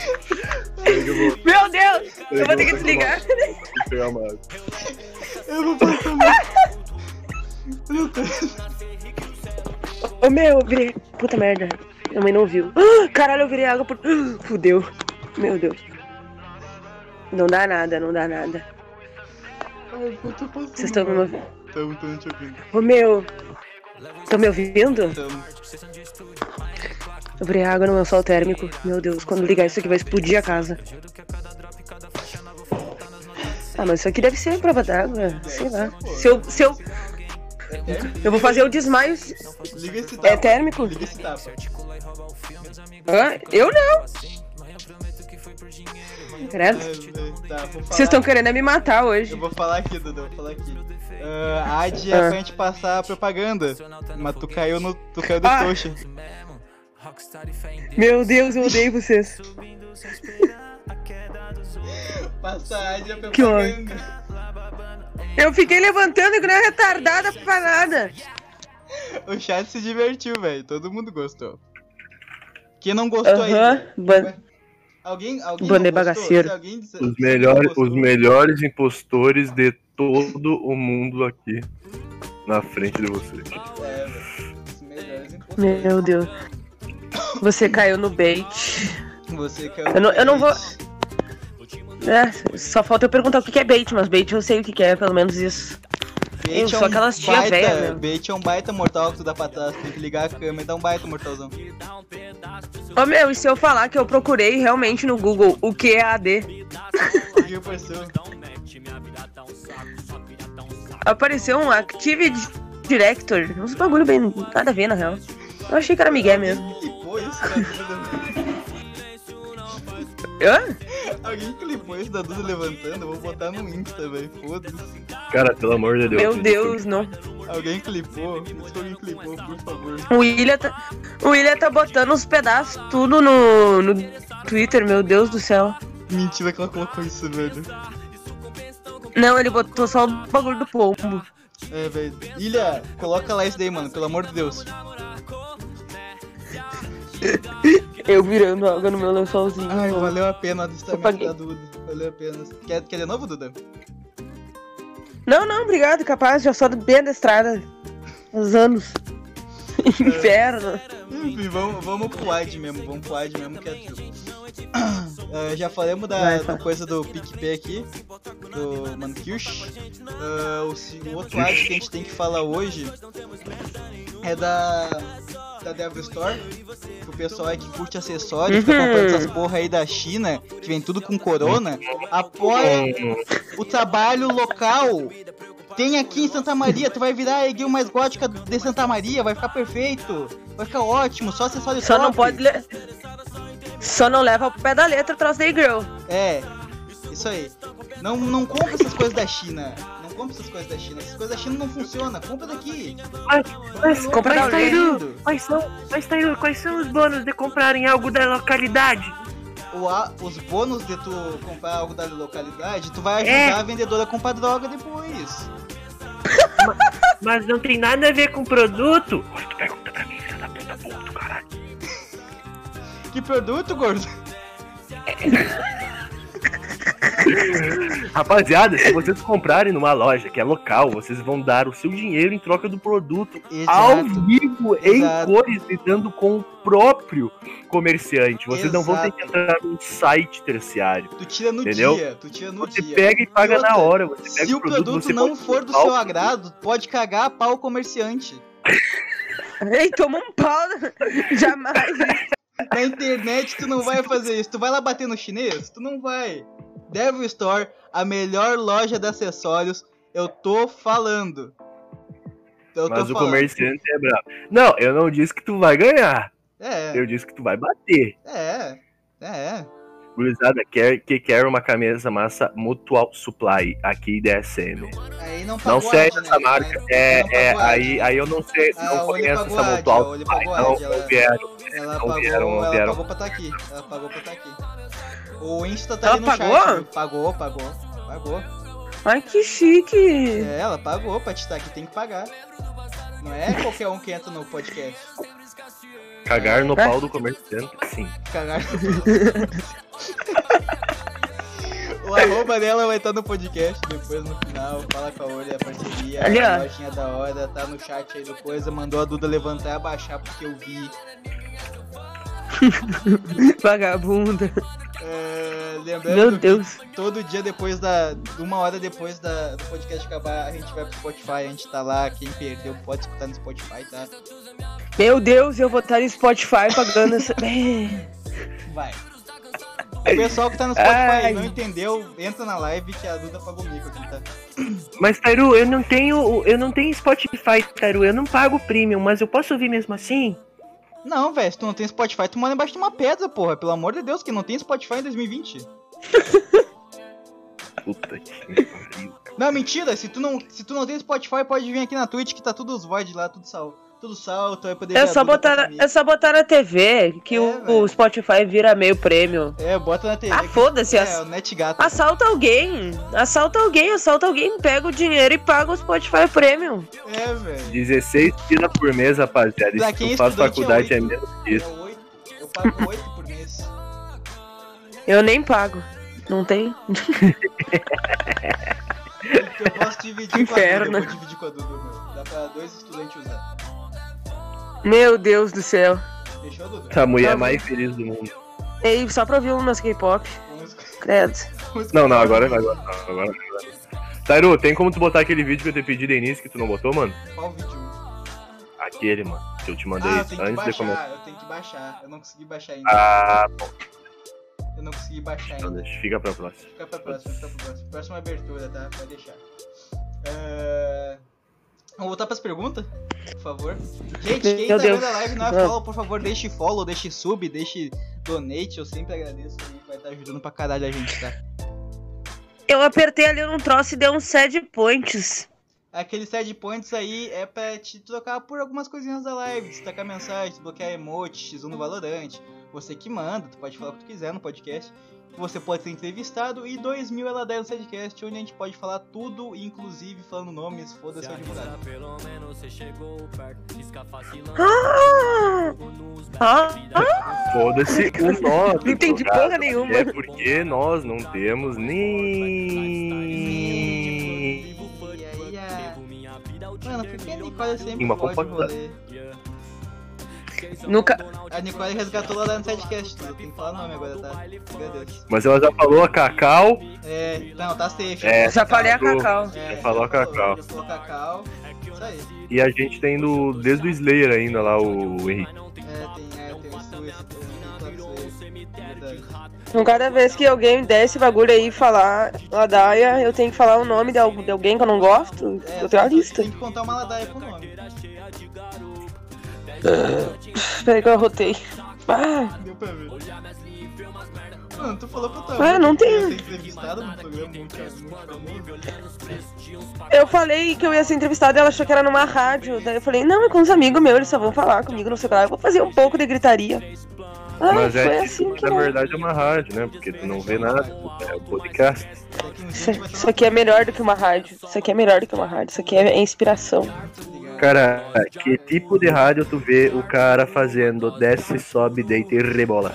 Meu Deus! Eu vou ter que desligar. Pegar uma água. Eu vou passar. Meu Deus. Ô meu, eu virei. Puta merda. Minha mãe não viu. Ah, caralho, eu virei água por. Ah, fudeu. Meu Deus. Não dá nada, não dá nada. Ai, eu tô passando. Vocês estão me ouvindo? Tamo, tamo te ouvindo. Ô meu. Estão me ouvindo? Tamo. Eu virei água no meu sol térmico. Meu Deus, quando ligar isso aqui vai explodir a casa. Ah, mas isso aqui deve ser prova d'água. Sei lá. Se eu. Se eu. Eu vou fazer o desmaio. Liga esse tapa. É térmico? Liga esse tapa. Hã? Eu não. Credo. É, tá, vou falar. Vocês estão querendo é me matar hoje. Eu vou falar aqui, Dudu, eu vou falar aqui. Uh, a Ad é Ah. pra gente passar a propaganda, mas tu caiu no. Tu caiu do Ah. trouxa. Meu Deus, eu odeio vocês. Passa a Ad é a Que propaganda. Eu fiquei levantando que não é retardada pra nada. O chat se divertiu, velho. Todo mundo gostou. Quem não gostou Aham. aí? Ban- Alguém, alguém Bandei não gostou? bagaceiro. Se alguém disse- Os se melhores, não gostou- os melhores impostores de todo o mundo aqui na frente de vocês. É, velho. Os melhores impostores. Meu Deus. Você caiu no bait. Você caiu Eu não- eu não vou- bait. É, só falta eu perguntar o que que é bait, mas bait eu sei o que que é, pelo menos isso. Bait Eu é sou um aquelas tia baita- véia, meu. Bait é um baita mortal que tu dá pra trás. Tem que ligar a câmera e dar um baita mortalzão. Ô meu, e se eu falar que eu procurei realmente no Google o que é A D? O que apareceu? Apareceu um Active Director. Uns bagulho bem. Nada a ver, na real. Eu achei que era Miguel mesmo. Clipou isso da Duda. Hã? Alguém clipou isso da Duda levantando? Eu vou botar no Insta, velho. Foda-se. Cara, pelo amor de Deus. Meu gente, Deus, não. Alguém clipou? Diz que alguém clipou, por favor. O William tá, o William tá botando os pedaços tudo no, no Twitter, meu Deus do céu. Mentira que ela colocou isso, velho. Não, ele botou só o bagulho do pombo. É, velho. Ilha, coloca lá isso daí, mano. Pelo amor de Deus. Eu virando água no meu lençolzinho. Ai, valeu a pena o Eu alistamento paguei. da Duda. Valeu a pena. Quer, quer de novo, Duda? Não, não, obrigado, capaz, já sou bem adestrada. Uns anos. Inferno. Enfim, vamos, vamos pro wide mesmo. Vamos pro wide mesmo que é true. Ah, já falamos da, Vai, da fala. coisa do PicPay aqui, do Mankish. Ah, o, se- o outro wide que a gente tem que falar hoje é da, da Devil Store. Que o pro pessoal aí que curte acessórios, fica comprando essas porra aí da China, que vem tudo com corona, apoia o trabalho local. Tem aqui em Santa Maria, tu vai virar a guia mais gótica de Santa Maria, vai ficar perfeito, vai ficar ótimo, só acessório Só top. não pode... Le... Só não leva pro pé da letra o troço da girl. É, isso aí. Não, não compra essas coisas da China. Não compra essas coisas da China. Essas coisas da China não funcionam. Compra daqui. Mas, mas, Compra mas, da Tairu, quais são, mas, Tairu, quais são os bônus de comprarem algo da localidade? O, a, os bônus de tu comprar algo da localidade, tu vai ajudar É. a vendedora a comprar droga depois. mas, mas não tem nada a ver com produto. Oi, tu pergunta pra mim, filha da puta, porra do caralho. Que produto, gordo? Rapaziada, se vocês comprarem numa loja que é local, vocês vão dar o seu dinheiro em troca do produto Exato. ao vivo, Exato. em cores, lidando com o próprio comerciante. Vocês não vão ter Exato. que entrar num site terciário. Tu tira no Entendeu? dia. Tu tira no Você dia. pega e paga E outra, na hora. Você pega Se o produto você não pode for do comprar seu o- agrado, pode cagar a pau o comerciante. Ei, toma um pau. Jamais. Na internet tu não vai fazer isso. Tu vai lá bater no chinês? Tu não vai. Devil Store, a melhor loja de acessórios. Eu tô falando. Eu Mas tô o falando. comerciante é bravo. Não, eu não disse que tu vai ganhar. É, Eu disse que tu vai bater. é, é. Gurizada, quer, que quer uma camisa massa Mutual Supply, aqui da S M. Aí não pagou Não sei a Ad, essa né? marca. Aí É, não é, pagou a Ad. aí, aí eu não sei, Ah, não ou ele conheço pagou essa a Ad, Mutual ou ele Supply. pagou a Não, Ad, ela- não vieram. Ela Não pagou, vieram, não ela vieram. pagou pra estar aqui. Ela pagou pra estar aqui. O Insta tá Ela ali no pagou? chat. Viu? Pagou, pagou. Pagou. Ai, que chique. É, ela pagou pra te estar aqui, tem que pagar. Não é qualquer um que entra no podcast. Cagar no pau do comerciante, sim. Cagar. O arroba dela vai estar no podcast depois no final. Fala com a Olha, a parceria, Ali, a ó. lojinha da hora, tá no chat aí do coisa. Mandou a Duda levantar e abaixar porque eu vi. Vagabunda. É, lembrando Meu que Deus. todo dia depois da. Uma hora depois da, do podcast acabar, a gente vai pro Spotify, a gente tá lá. Quem perdeu pode escutar no Spotify, tá? Meu Deus, eu vou estar no Spotify pagando essa. Vai. O pessoal que tá no Spotify Ai. e não entendeu, entra na live que a Duda pagou o mico aqui, tá? Mas, Tairu, eu não tenho. Eu não tenho Spotify, Tairu. Eu não pago premium, mas eu posso ouvir mesmo assim? Não, velho, se tu não tem Spotify, tu mora embaixo de uma pedra, porra. Pelo amor de Deus, que não tem Spotify em dois mil e vinte. Puta que pariu. Não, mentira, se tu não, se tu não tem Spotify, pode vir aqui na Twitch que tá tudo os void lá, tudo sal. Tudo salto, vai poder É ver a só, Duda botar, passar é só botar na T V que É, o, velho. o Spotify vira meio prêmio. É, bota na T V. Ah, que- foda-se. É, ass- o NetGato. Assalta alguém. Assalta alguém, assalta alguém, pega o dinheiro e paga o Spotify Premium. É, velho. dezesseis pila por mês, rapaziada. E Pra se quem tu faz estudante faculdade é é oito. menos É disso. oito. Eu pago oito por mês. Eu nem pago. Não tem? Eu posso dividir Inferno. com a Duda. Eu vou dividir com a Duda, meu. Dá pra dois estudantes usar. Meu Deus do céu. Fechou, Duda? A mulher Tá bom. mais feliz do mundo. Ei, só pra ouvir umas K-pop. Vamos... Credo. vamos- Não, não, agora vai. Agora, não, agora, agora. Tairu, tem como tu botar aquele vídeo que eu te pedi de início que tu não botou, mano? Qual vídeo? Aquele, mano, que eu te mandei Ah, eu tenho que antes de começar. baixar, eu tenho que baixar. Eu não consegui baixar ainda. Ah, Eu não consegui baixar então ainda. deixa, fica pra próxima. Fica pra próxima, fica pra próxima. Próxima abertura, tá? Pode deixar. É... Vamos voltar pras perguntas, por favor. Gente, quem Meu tá Deus. vendo a live não é Não. follow, por favor, deixe follow, deixe sub, deixe donate. Eu sempre agradeço aí, vai estar ajudando pra caralho a gente, tá? Eu apertei ali num troço e deu uns sete points. Aqueles side points aí é pra te trocar por algumas coisinhas da live, destacar mensagem, desbloquear emote, X um no Valorant. Você que manda, tu pode falar o que tu quiser no podcast. Você pode ser entrevistado e dois mil ela dá no Sidecast, onde a gente pode falar tudo, inclusive falando nomes, foda-se o advogado. Ah! Ah! Foda-se o nome. Não entendi advogado, porra nenhuma. É porque nós não temos nem. Mano, por que a Nicole sempre Uma pode compacta. rolê? Nunca. A Nicole resgatou lá no Sidecast, tudo. Tem que falar o nome agora, tá? Agradeço. Mas ela já falou a Cacau. É, não, tá safe. É, Já falei a Cacau. Cacau. É, Já falou a Cacau. Já falou Cacau. Isso aí. E a gente tem do, desde o Slayer ainda lá, o Henrique. É, tem, é, tem o Stu, Então cada vez que alguém der esse bagulho aí e falar ladaia, eu tenho que falar o nome de alguém que eu não gosto. É, eu tenho a tem, lista. tem que contar uma ladaia com o nome. Peraí que eu arrotei. Ah, Deu pra ver. Mano, tu falou pra tua Ah, não que tu tem. ia ser entrevistado no programa muito, muito famoso. eu falei que eu ia ser entrevistada e ela achou que era numa rádio. Daí eu falei, não, é com os amigos meus, eles só vão falar comigo, não sei o que lá. Eu vou fazer um pouco de gritaria. Ah, Mas foi é assim tipo, que na eu... verdade é uma rádio, né? Porque tu não vê nada, é um podcast. Isso, isso aqui é melhor do que uma rádio. Isso aqui é melhor do que uma rádio. Isso aqui é inspiração. Cara, que tipo de rádio tu vê o cara fazendo desce, sobe, deita e rebola?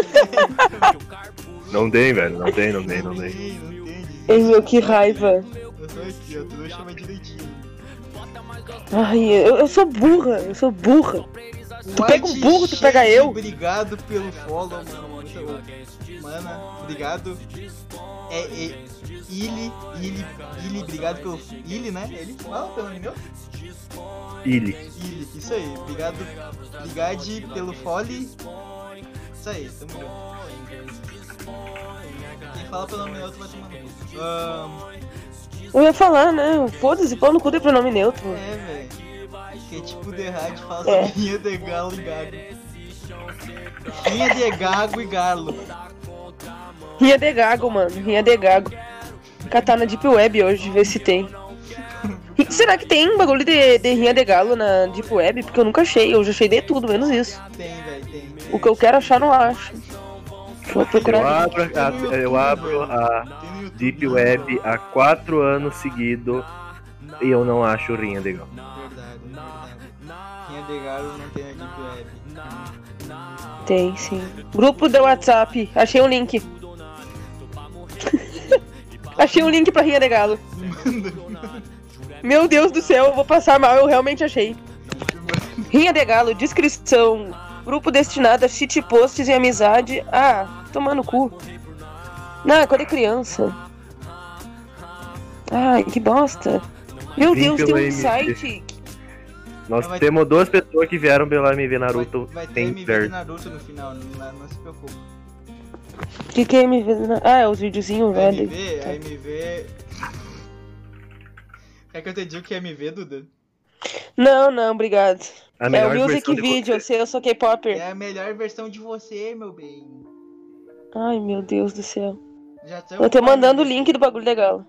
Não tem, velho, não tem, não tem, não tem. Ei, meu, que raiva. Eu tô aqui, ó, tu não chama direitinho. Ai, eu, eu sou burra, eu sou burra. Tu pega um burro, tu pega eu. Obrigado pelo follow, mano. Mana, obrigado. É, é, Ili, Ili, Ili, obrigado pelo... Ili, né? Ele fala pelo nome meu? Ili. Ili, isso aí. Obrigado, obrigado pelo fole. Isso aí, tamo junto. Quem fala pelo nome neutro vai tomar no cu. Um... Eu ia falar, né? Foda-se, pau no cu de pronome neutro. É, velho. Que tipo de rádio fala É. sobre rinha de galo e gago. Rinha de gago e galo. Rinha de gago, mano. Rinha de gago. Catar na Deep Web hoje, ver se tem. Será que tem bagulho de, de rinha de galo na Deep Web? Porque eu nunca achei. Eu já achei de tudo, menos isso. Tem, velho, tem. O que eu quero achar, não acho. Vou Eu procurar. abro, a, eu abro a Deep Web há quatro anos seguidos e eu não acho rinha de galo. Verdade, verdade. Rinha de galo não tem na Deep Web. Tem, sim. Grupo do WhatsApp. Achei um link. Achei um link pra Rinha de Galo. Meu Deus do céu, eu vou passar mal, eu realmente achei. Rinha de Galo, descrição. Grupo destinado a shitposts e amizade. Ah, tomar no cu. Não, é quando é criança. Ai, que bosta. Meu Vim Deus, tem pelo um M V. site. Nós Vai- temos duas pessoas que vieram pela M V Naruto. Vai, vai ter Tem M V de perto. Naruto no final, não, não se preocupe. Que que é M V? Ah, é os videozinhos A velho. M V, a M V... Quer que eu te diga o que é M V, Duda? Não, não, obrigado. A É melhor o Music versão de Video, eu você. sei, eu sou K-Popper. É a melhor versão de você, meu bem. Ai, meu Deus do céu. Já tamo Eu tô com mandando o a- link do bagulho legal.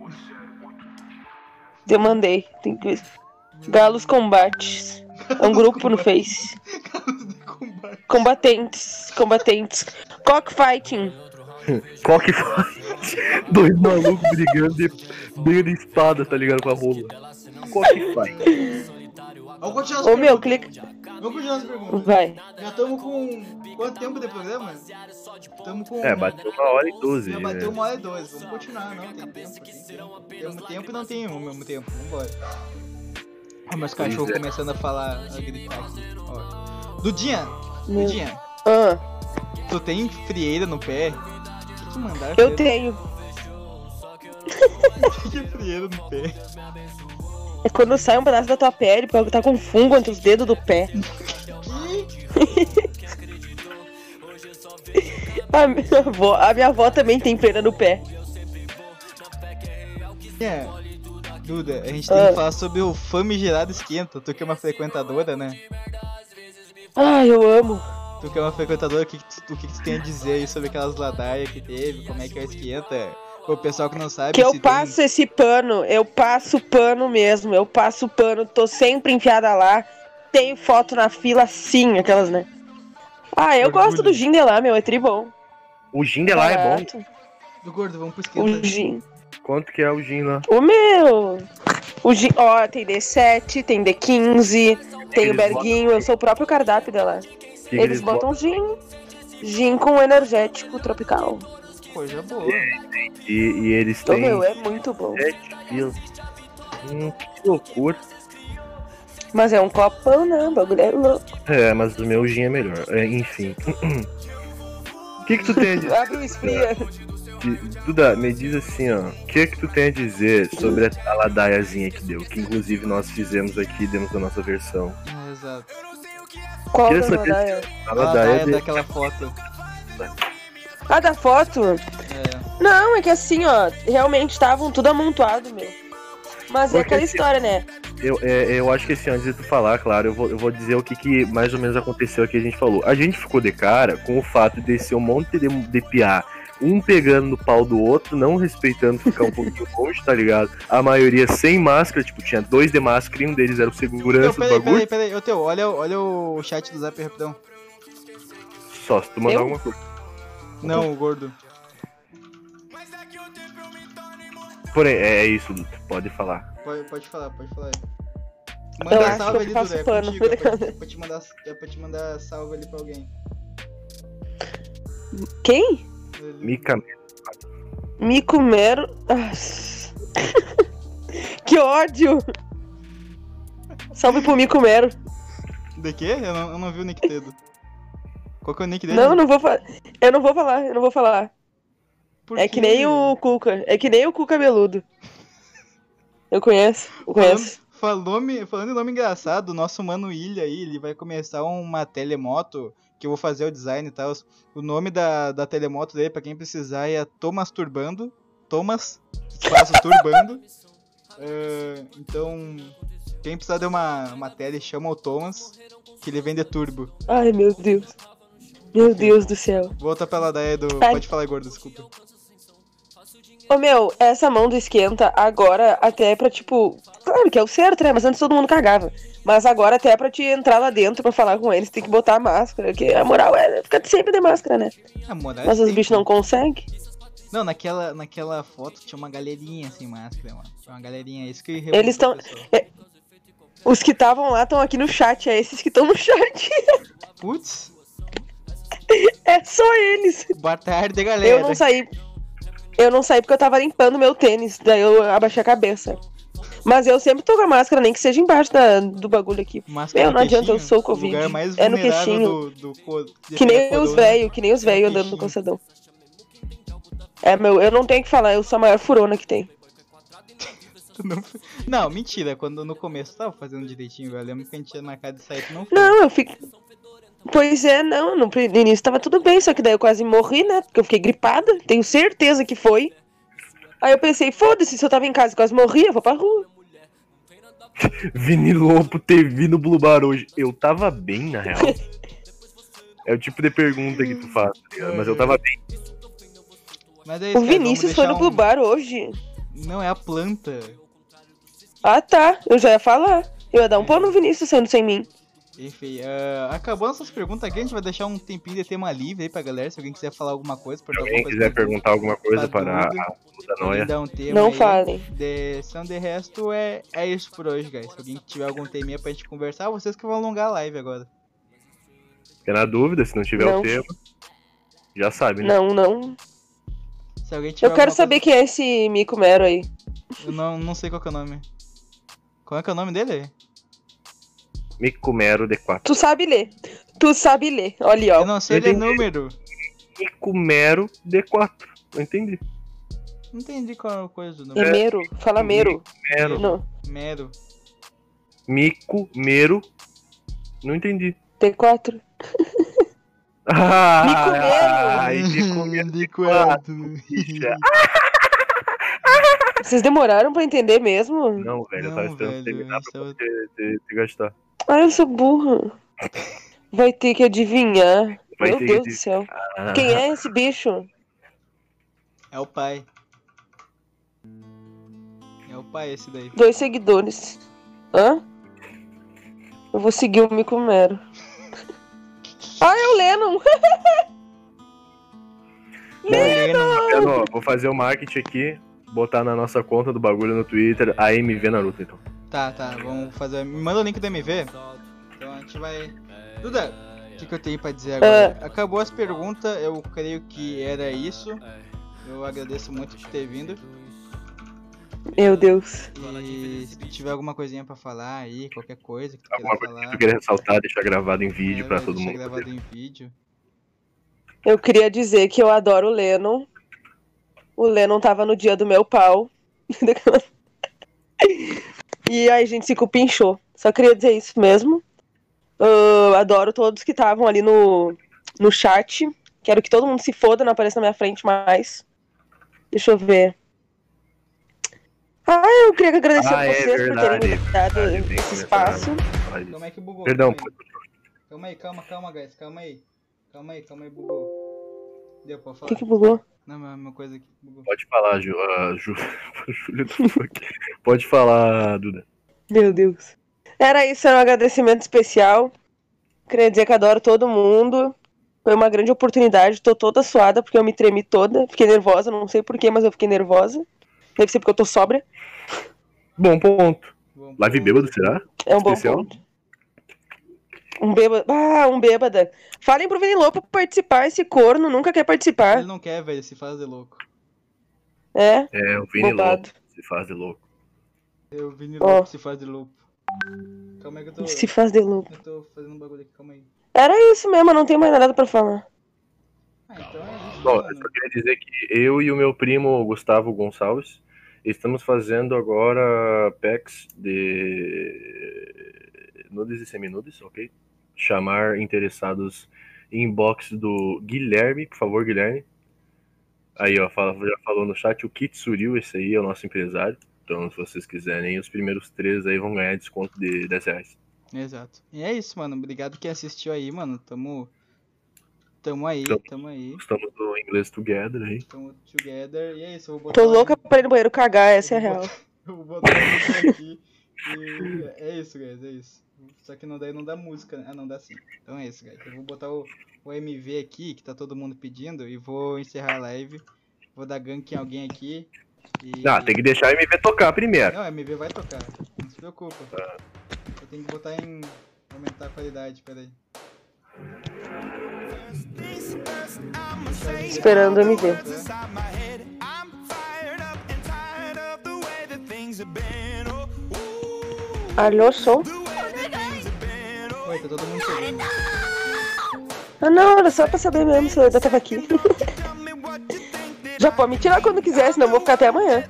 Eu mandei. Tem que ver. Galos Combates. É um grupo no Face. Combatentes. Combatentes. Cockfighting. Qual que foi? Dois malucos brigando de briga de espada, tá ligado? Com a rola. Qual que foi? Vamos continuar as Ô meu, perguntas. clica. Vamos continuar as perguntas. Vai. Já estamos com... Quanto tempo de programa? Estamos com... É, bateu uma hora e doze. Já bateu né? uma hora e doze. Vamos continuar, não. Tem tempo. Tem tempo, Temos tempo e não tem um ao mesmo tempo. Vambora. Ó, meus cachorros Pois é. começando a falar, a gritar aqui. Ó. Dudinha, Meu- Dudinha, Ah, tu tem frieira no pé? O que que mandaram? eu tenho. O que que é frieira no pé? É quando sai um pedaço da tua pele, porque tá com fungo entre os dedos do pé. A minha avó, a minha avó também tem freira no pé. É. Duda, a gente tem Ah. que falar sobre o famigerado esquenta. Tu que é uma frequentadora, né? Ai, eu amo. Tu que é uma frequentadora, o que, que, tu, o que, que tu tem a dizer aí sobre aquelas ladaias que teve? Como é que é o esquenta? O pessoal que não sabe. Que eu se passo esse pano, eu passo pano mesmo, eu passo pano, tô sempre enfiada lá. Tenho foto na fila, sim, aquelas, né? Ah, eu Orgulho. gosto do gin de lá, meu, é tri bom. O gin de lá é bom. Barato. Tem... Do gordo, vamos pro O esquenta. gin. Quanto que é o gin lá? O meu! O gin, ó, tem D sete, tem D quinze, tem o Eles Berguinho, eu sou o próprio cardápio dela. Que que Eles botam gin, gin com energético tropical. Coisa boa. E, e eles Então, têm meu, é muito bom. sete quilos. Hum, que loucura. Mas é um copão, né? O bagulho é louco. É, mas o meu gin é melhor. É, enfim. O que que tu tem a dizer? Abre o esfria. De- Duda, me diz assim, ó. O que que tu tem a dizer sobre a ladaiazinha que deu? Que inclusive nós fizemos aqui, demos a nossa versão. É, exato. Qual Queria da saber ladaia? A A ladaia ladaia de... daquela foto. Ah, da foto? É. Não, é que assim, ó, realmente estavam tudo amontoado, meu. Mas é Porque aquela esse- história, né? Eu, é, eu acho que assim, antes de tu falar, claro, eu vou, eu vou dizer o que, que mais ou menos aconteceu aqui, a gente falou. A gente ficou de cara com o fato de ser um monte de, de piá, um pegando no pau do outro, não respeitando ficar um pouquinho longe, tá ligado? A maioria sem máscara, tipo, tinha dois de máscara e um deles era o Teu, segurança do peraí, bagulho. peraí, peraí. Ô, Teu, olha, olha o chat do Zap rapidão. Só se tu mandar Eu? alguma coisa. Não, o gordo. Porém, é, é isso, Duto, pode falar. Pode, pode falar, pode falar. Eu Manda acho salve que eu ali, faço Dudu. É pano. contigo, é pra, é pra te mandar, é pra te mandar salve ali pra alguém. Quem? Mica, Mico Mero. Ah, que ódio! Salve pro Mico Mero. De quê? Eu não, eu não vi o nick dele. Qual que é o nick dele? Não, não vou falar. Eu não vou falar, eu não vou falar. Por É quê? que nem o Cuca. É que nem o Cuca cabeludo. Eu conheço, eu conheço. Falando, falou, falando em nome engraçado, o nosso mano Ilha aí, ele vai começar uma telemoto, que eu vou fazer o design e tal. O nome da, da telemoto dele, pra quem precisar, é Thomas Turbando. Thomas, espaço Turbando. Uh, então, quem precisar de uma, uma tele, chama o Thomas, que ele vende turbo. Ai, meu Deus. Meu Deus do céu. Volta pra ladaia do... Ai. Pode falar, gordo, desculpa. Ô, meu, essa mão do esquenta agora até é pra, tipo... Claro que é o certo, né? Mas antes todo mundo cagava. Mas agora até é pra te entrar lá dentro pra falar com eles, tem que botar a máscara. Que a moral é ficar sempre de máscara, né? A moral é Mas os sempre. bichos não conseguem. Não, naquela, naquela foto tinha uma galerinha sem máscara, mano. Tinha uma galerinha, é isso que Eles revoltou estão... o pessoal. Os que estavam lá estão aqui no chat, é esses que estão no chat. Putz, É só eles. boa tarde, galera. Eu não saí. Eu não saí porque eu tava limpando meu tênis, daí eu abaixei a cabeça. Mas eu sempre tô com a máscara, nem que seja embaixo da, do bagulho aqui. Máscara Meu, no não adianta, eu queixinho, sou o Covid. lugar mais É no vulnerável queixinho. do, do, co- de Que nem pegar os corona. velhos, que nem os velhos andando no queixinho. calçadão. É, meu, eu não tenho o que falar, eu sou a maior furona que tem. Tu não... não, mentira, quando no começo tu tava fazendo direitinho, velho. Eu lembro que a gente tinha marcado de sair, tu não foi. Não, eu fico. Pois é, não, no pri- no início tava tudo bem, só que daí eu quase morri, né? Porque eu fiquei gripada, tenho certeza que foi. Aí eu pensei, foda-se, se eu tava em casa e quase morri, eu vou pra rua. Vini Lopo T V no Blue Bar hoje. Eu tava bem, na real. É o tipo de pergunta que tu faz, tá ligado? Mas eu tava bem. Mas é isso, O cara, Vinícius vamos foi deixar no Blue um- Bar hoje. Não, é a planta. Ah, tá, eu já ia falar. Eu ia dar um pau no Vinícius sendo sem mim. Enfim, uh, acabou nossas perguntas aqui, a gente vai deixar um tempinho de tema livre aí pra galera, se alguém quiser falar alguma coisa, Se perguntar alguém alguma coisa quiser perguntar alguma coisa pra para a Duda, Duda podem Noia. dar um tema Não aí. falem. De, são de resto, é, é isso por hoje, guys. Se alguém tiver algum teminha pra gente conversar, vocês que vão alongar a live agora. Fica na dúvida, se não tiver Não. o tema, já sabe, né? Não, não. Se alguém tiver Eu quero alguma saber quem é esse Mico Mero aí. coisa- Eu não, não sei qual que é o nome. Qual é que é o nome dele? Mico Mero D quatro. Tu sabe ler. Tu sabe ler. Olha ali, ó. Eu não sei eu ler entendi. número. Mico Mero D quatro. Não entendi. Não entendi qual é a coisa do É número. Mero. Fala Mero. Mero. Não. Mero. Mico Mero. Não entendi. T quatro. Ah, Mico Mero. ai, Mico Mero De quatro. quatro. bicha. Vocês demoraram pra entender mesmo? Não, velho, eu tava Não, esperando velho, terminar isso pra é- poder te, te gastar. Ai, eu sou burra. Vai ter que adivinhar. Vai Meu ter que Deus do adiv- céu. Ah, Quem é esse bicho? É o pai. É o pai esse daí. Dois seguidores. Hã? Eu vou seguir o Mico Mero. Ah, é o Lennon. Fabiano, ó, vou fazer o marketing aqui, botar na nossa conta do bagulho no Twitter, a M V Naruto, então. Tá, tá, vamos fazer. Me manda o link do M V. Então a gente vai. Duda, o que, que eu tenho pra dizer agora? Acabou as perguntas, eu creio que era isso. Eu agradeço muito por ter vindo. Meu Deus. E se tu tiver alguma coisinha pra falar aí, qualquer coisa que tu Alguma queira coisa que falar. tu queira ressaltar, deixar gravado em vídeo é, pra vai todo deixar mundo. gravado poder. em vídeo. Eu queria dizer que eu adoro o Lennon. O Lennon tava no dia do meu pau. E aí a gente se cupinchou. Só queria dizer isso mesmo. Eu adoro todos que estavam ali no, no chat. Quero que todo mundo se foda, não apareça na minha frente mais. Deixa eu ver. Ah, eu queria agradecer Ah, a é vocês por verdade, terem me dado verdade, tem que esse começar. espaço. Como é que bugou? Perdão, Calma aí. Calma aí, calma, calma, guys. Calma aí. Calma aí, calma aí, bugou. Deu pra O falar? que que bugou? Não, mas uma coisa aqui bugou. Pode falar, Ju. Uh, Ju... Júlia do Fuck. Pode falar, Duda. Meu Deus. Era isso, era um agradecimento especial. Queria dizer que adoro todo mundo. Foi uma grande oportunidade. Tô toda suada porque eu me tremi toda. Fiquei nervosa, não sei porquê, mas eu fiquei nervosa. Deve ser porque eu tô sóbria. Bom ponto. Bom, Live bêbado, será? É um bom Especial? ponto. Um bêbado. Ah, um bêbada. Falem pro Vini Lopo participar, esse corno nunca quer participar. Ele não quer, velho, se faz de louco. É? É, o Vini Bobado. Lopo se faz de louco. Eu, Vini Ó. Lopo, se faz de louco. Calma aí que eu tô... Se faz de louco. Eu tô fazendo um bagulho aqui, calma aí. Era isso mesmo, eu não tenho mais nada pra falar. Ah, então é isso, Bom, eu mano. só queria dizer que eu e o meu primo Gustavo Gonçalves estamos fazendo agora packs de nudes e seminudes, ok? Chamar interessados em inbox do Guilherme, por favor, Guilherme. Aí, ó, fala, já falou no chat, o Kitsuril, esse aí é o nosso empresário. Então, se vocês quiserem, os primeiros três aí vão ganhar desconto de dez reais. Exato. E é isso, mano. Obrigado quem assistiu aí, mano. Tamo... Tamo aí, Tamo- tamo aí. Estamos no inglês together aí. Tamo together. E é isso, eu vou botar... Tô o- louca pra ir no banheiro cagar, essa é a real. Eu vou botar isso aqui. E é isso, guys, é isso. Só que não, daí não dá música, né? Ah, não dá sim. Então é isso, guys. Eu vou botar o, o M V aqui, que tá todo mundo pedindo, e vou encerrar a live. Vou dar gank em alguém aqui. E... Ah, tem que deixar o M V tocar primeiro. Não, o M V vai tocar. Não se preocupa. Eu tenho que botar em... aumentar a qualidade, peraí. Esperando o M V. Alô, som? Oi, tá todo mundo chegando. Ah não, era só pra saber mesmo se eu ainda tava aqui. Já pode me tirar quando quiser, senão eu vou ficar até amanhã.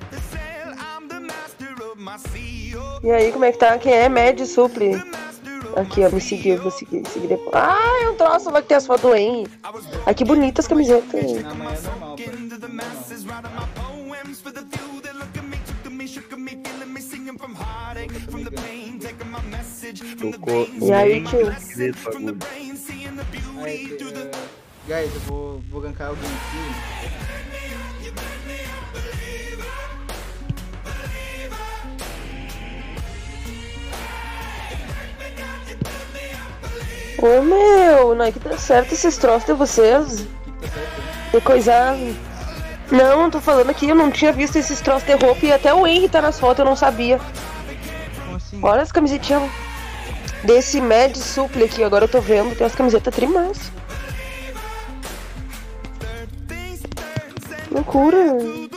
E aí, como é que tá? Quem é? Med Supli. Aqui, ó, me seguiu, vou seguir, seguir depois. Ah, é um troço lá que tem as fotos do Henry. Ai, que bonitas as camisetas. Amanhã é normal, pai. Tocou. E aí, tio? Esse bagulho. Aí, uh, guys, eu vou, vou gankar alguém aqui. Ô meu, não é que dá certo esses troços de vocês. Que coisa. Não, tô falando aqui, eu não tinha visto esses troços de roupa e até o Henry tá nas fotos, eu não sabia. Como assim? Olha as camisetinhas desse Mad Supli aqui, agora eu tô vendo, tem umas camisetas trimais. Loucura. É, enfim,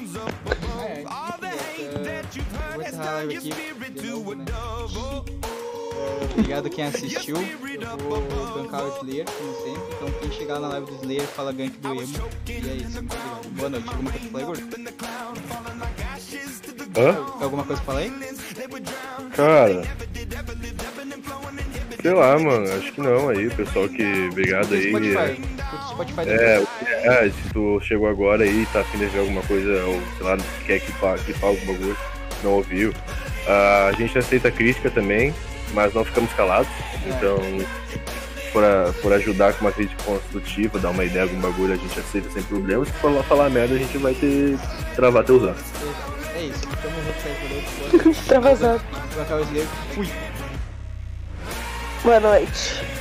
eu vou encerrar a live aqui de novo, né? Obrigado quem assistiu. Eu vou gankar o Slayer, como sempre. Então quem chegar na live do Slayer fala gank do Emo. E é isso, muito obrigado. Boa noite. Alguma coisa pra falar, Igor? Hã? Alguma coisa pra falar aí? Cara. Sei lá, mano. Acho que não aí, o pessoal que. Obrigado aí. Spotify. Curte Spotify É, depois. é, se tu chegou agora aí e tá afim de ver alguma coisa, ou sei lá, quer que fale, que fale algum bagulho, não ouviu. Ah, a gente aceita crítica também, mas não ficamos calados. Então, por, a, por ajudar com uma crítica construtiva, dar uma ideia, algum bagulho, a gente aceita sem problemas. Se for falar merda, a gente vai ter travar teus anos. É isso. Tamo junto, Tá vazado. Vou gankar o Slayer. Fui. Boa noite.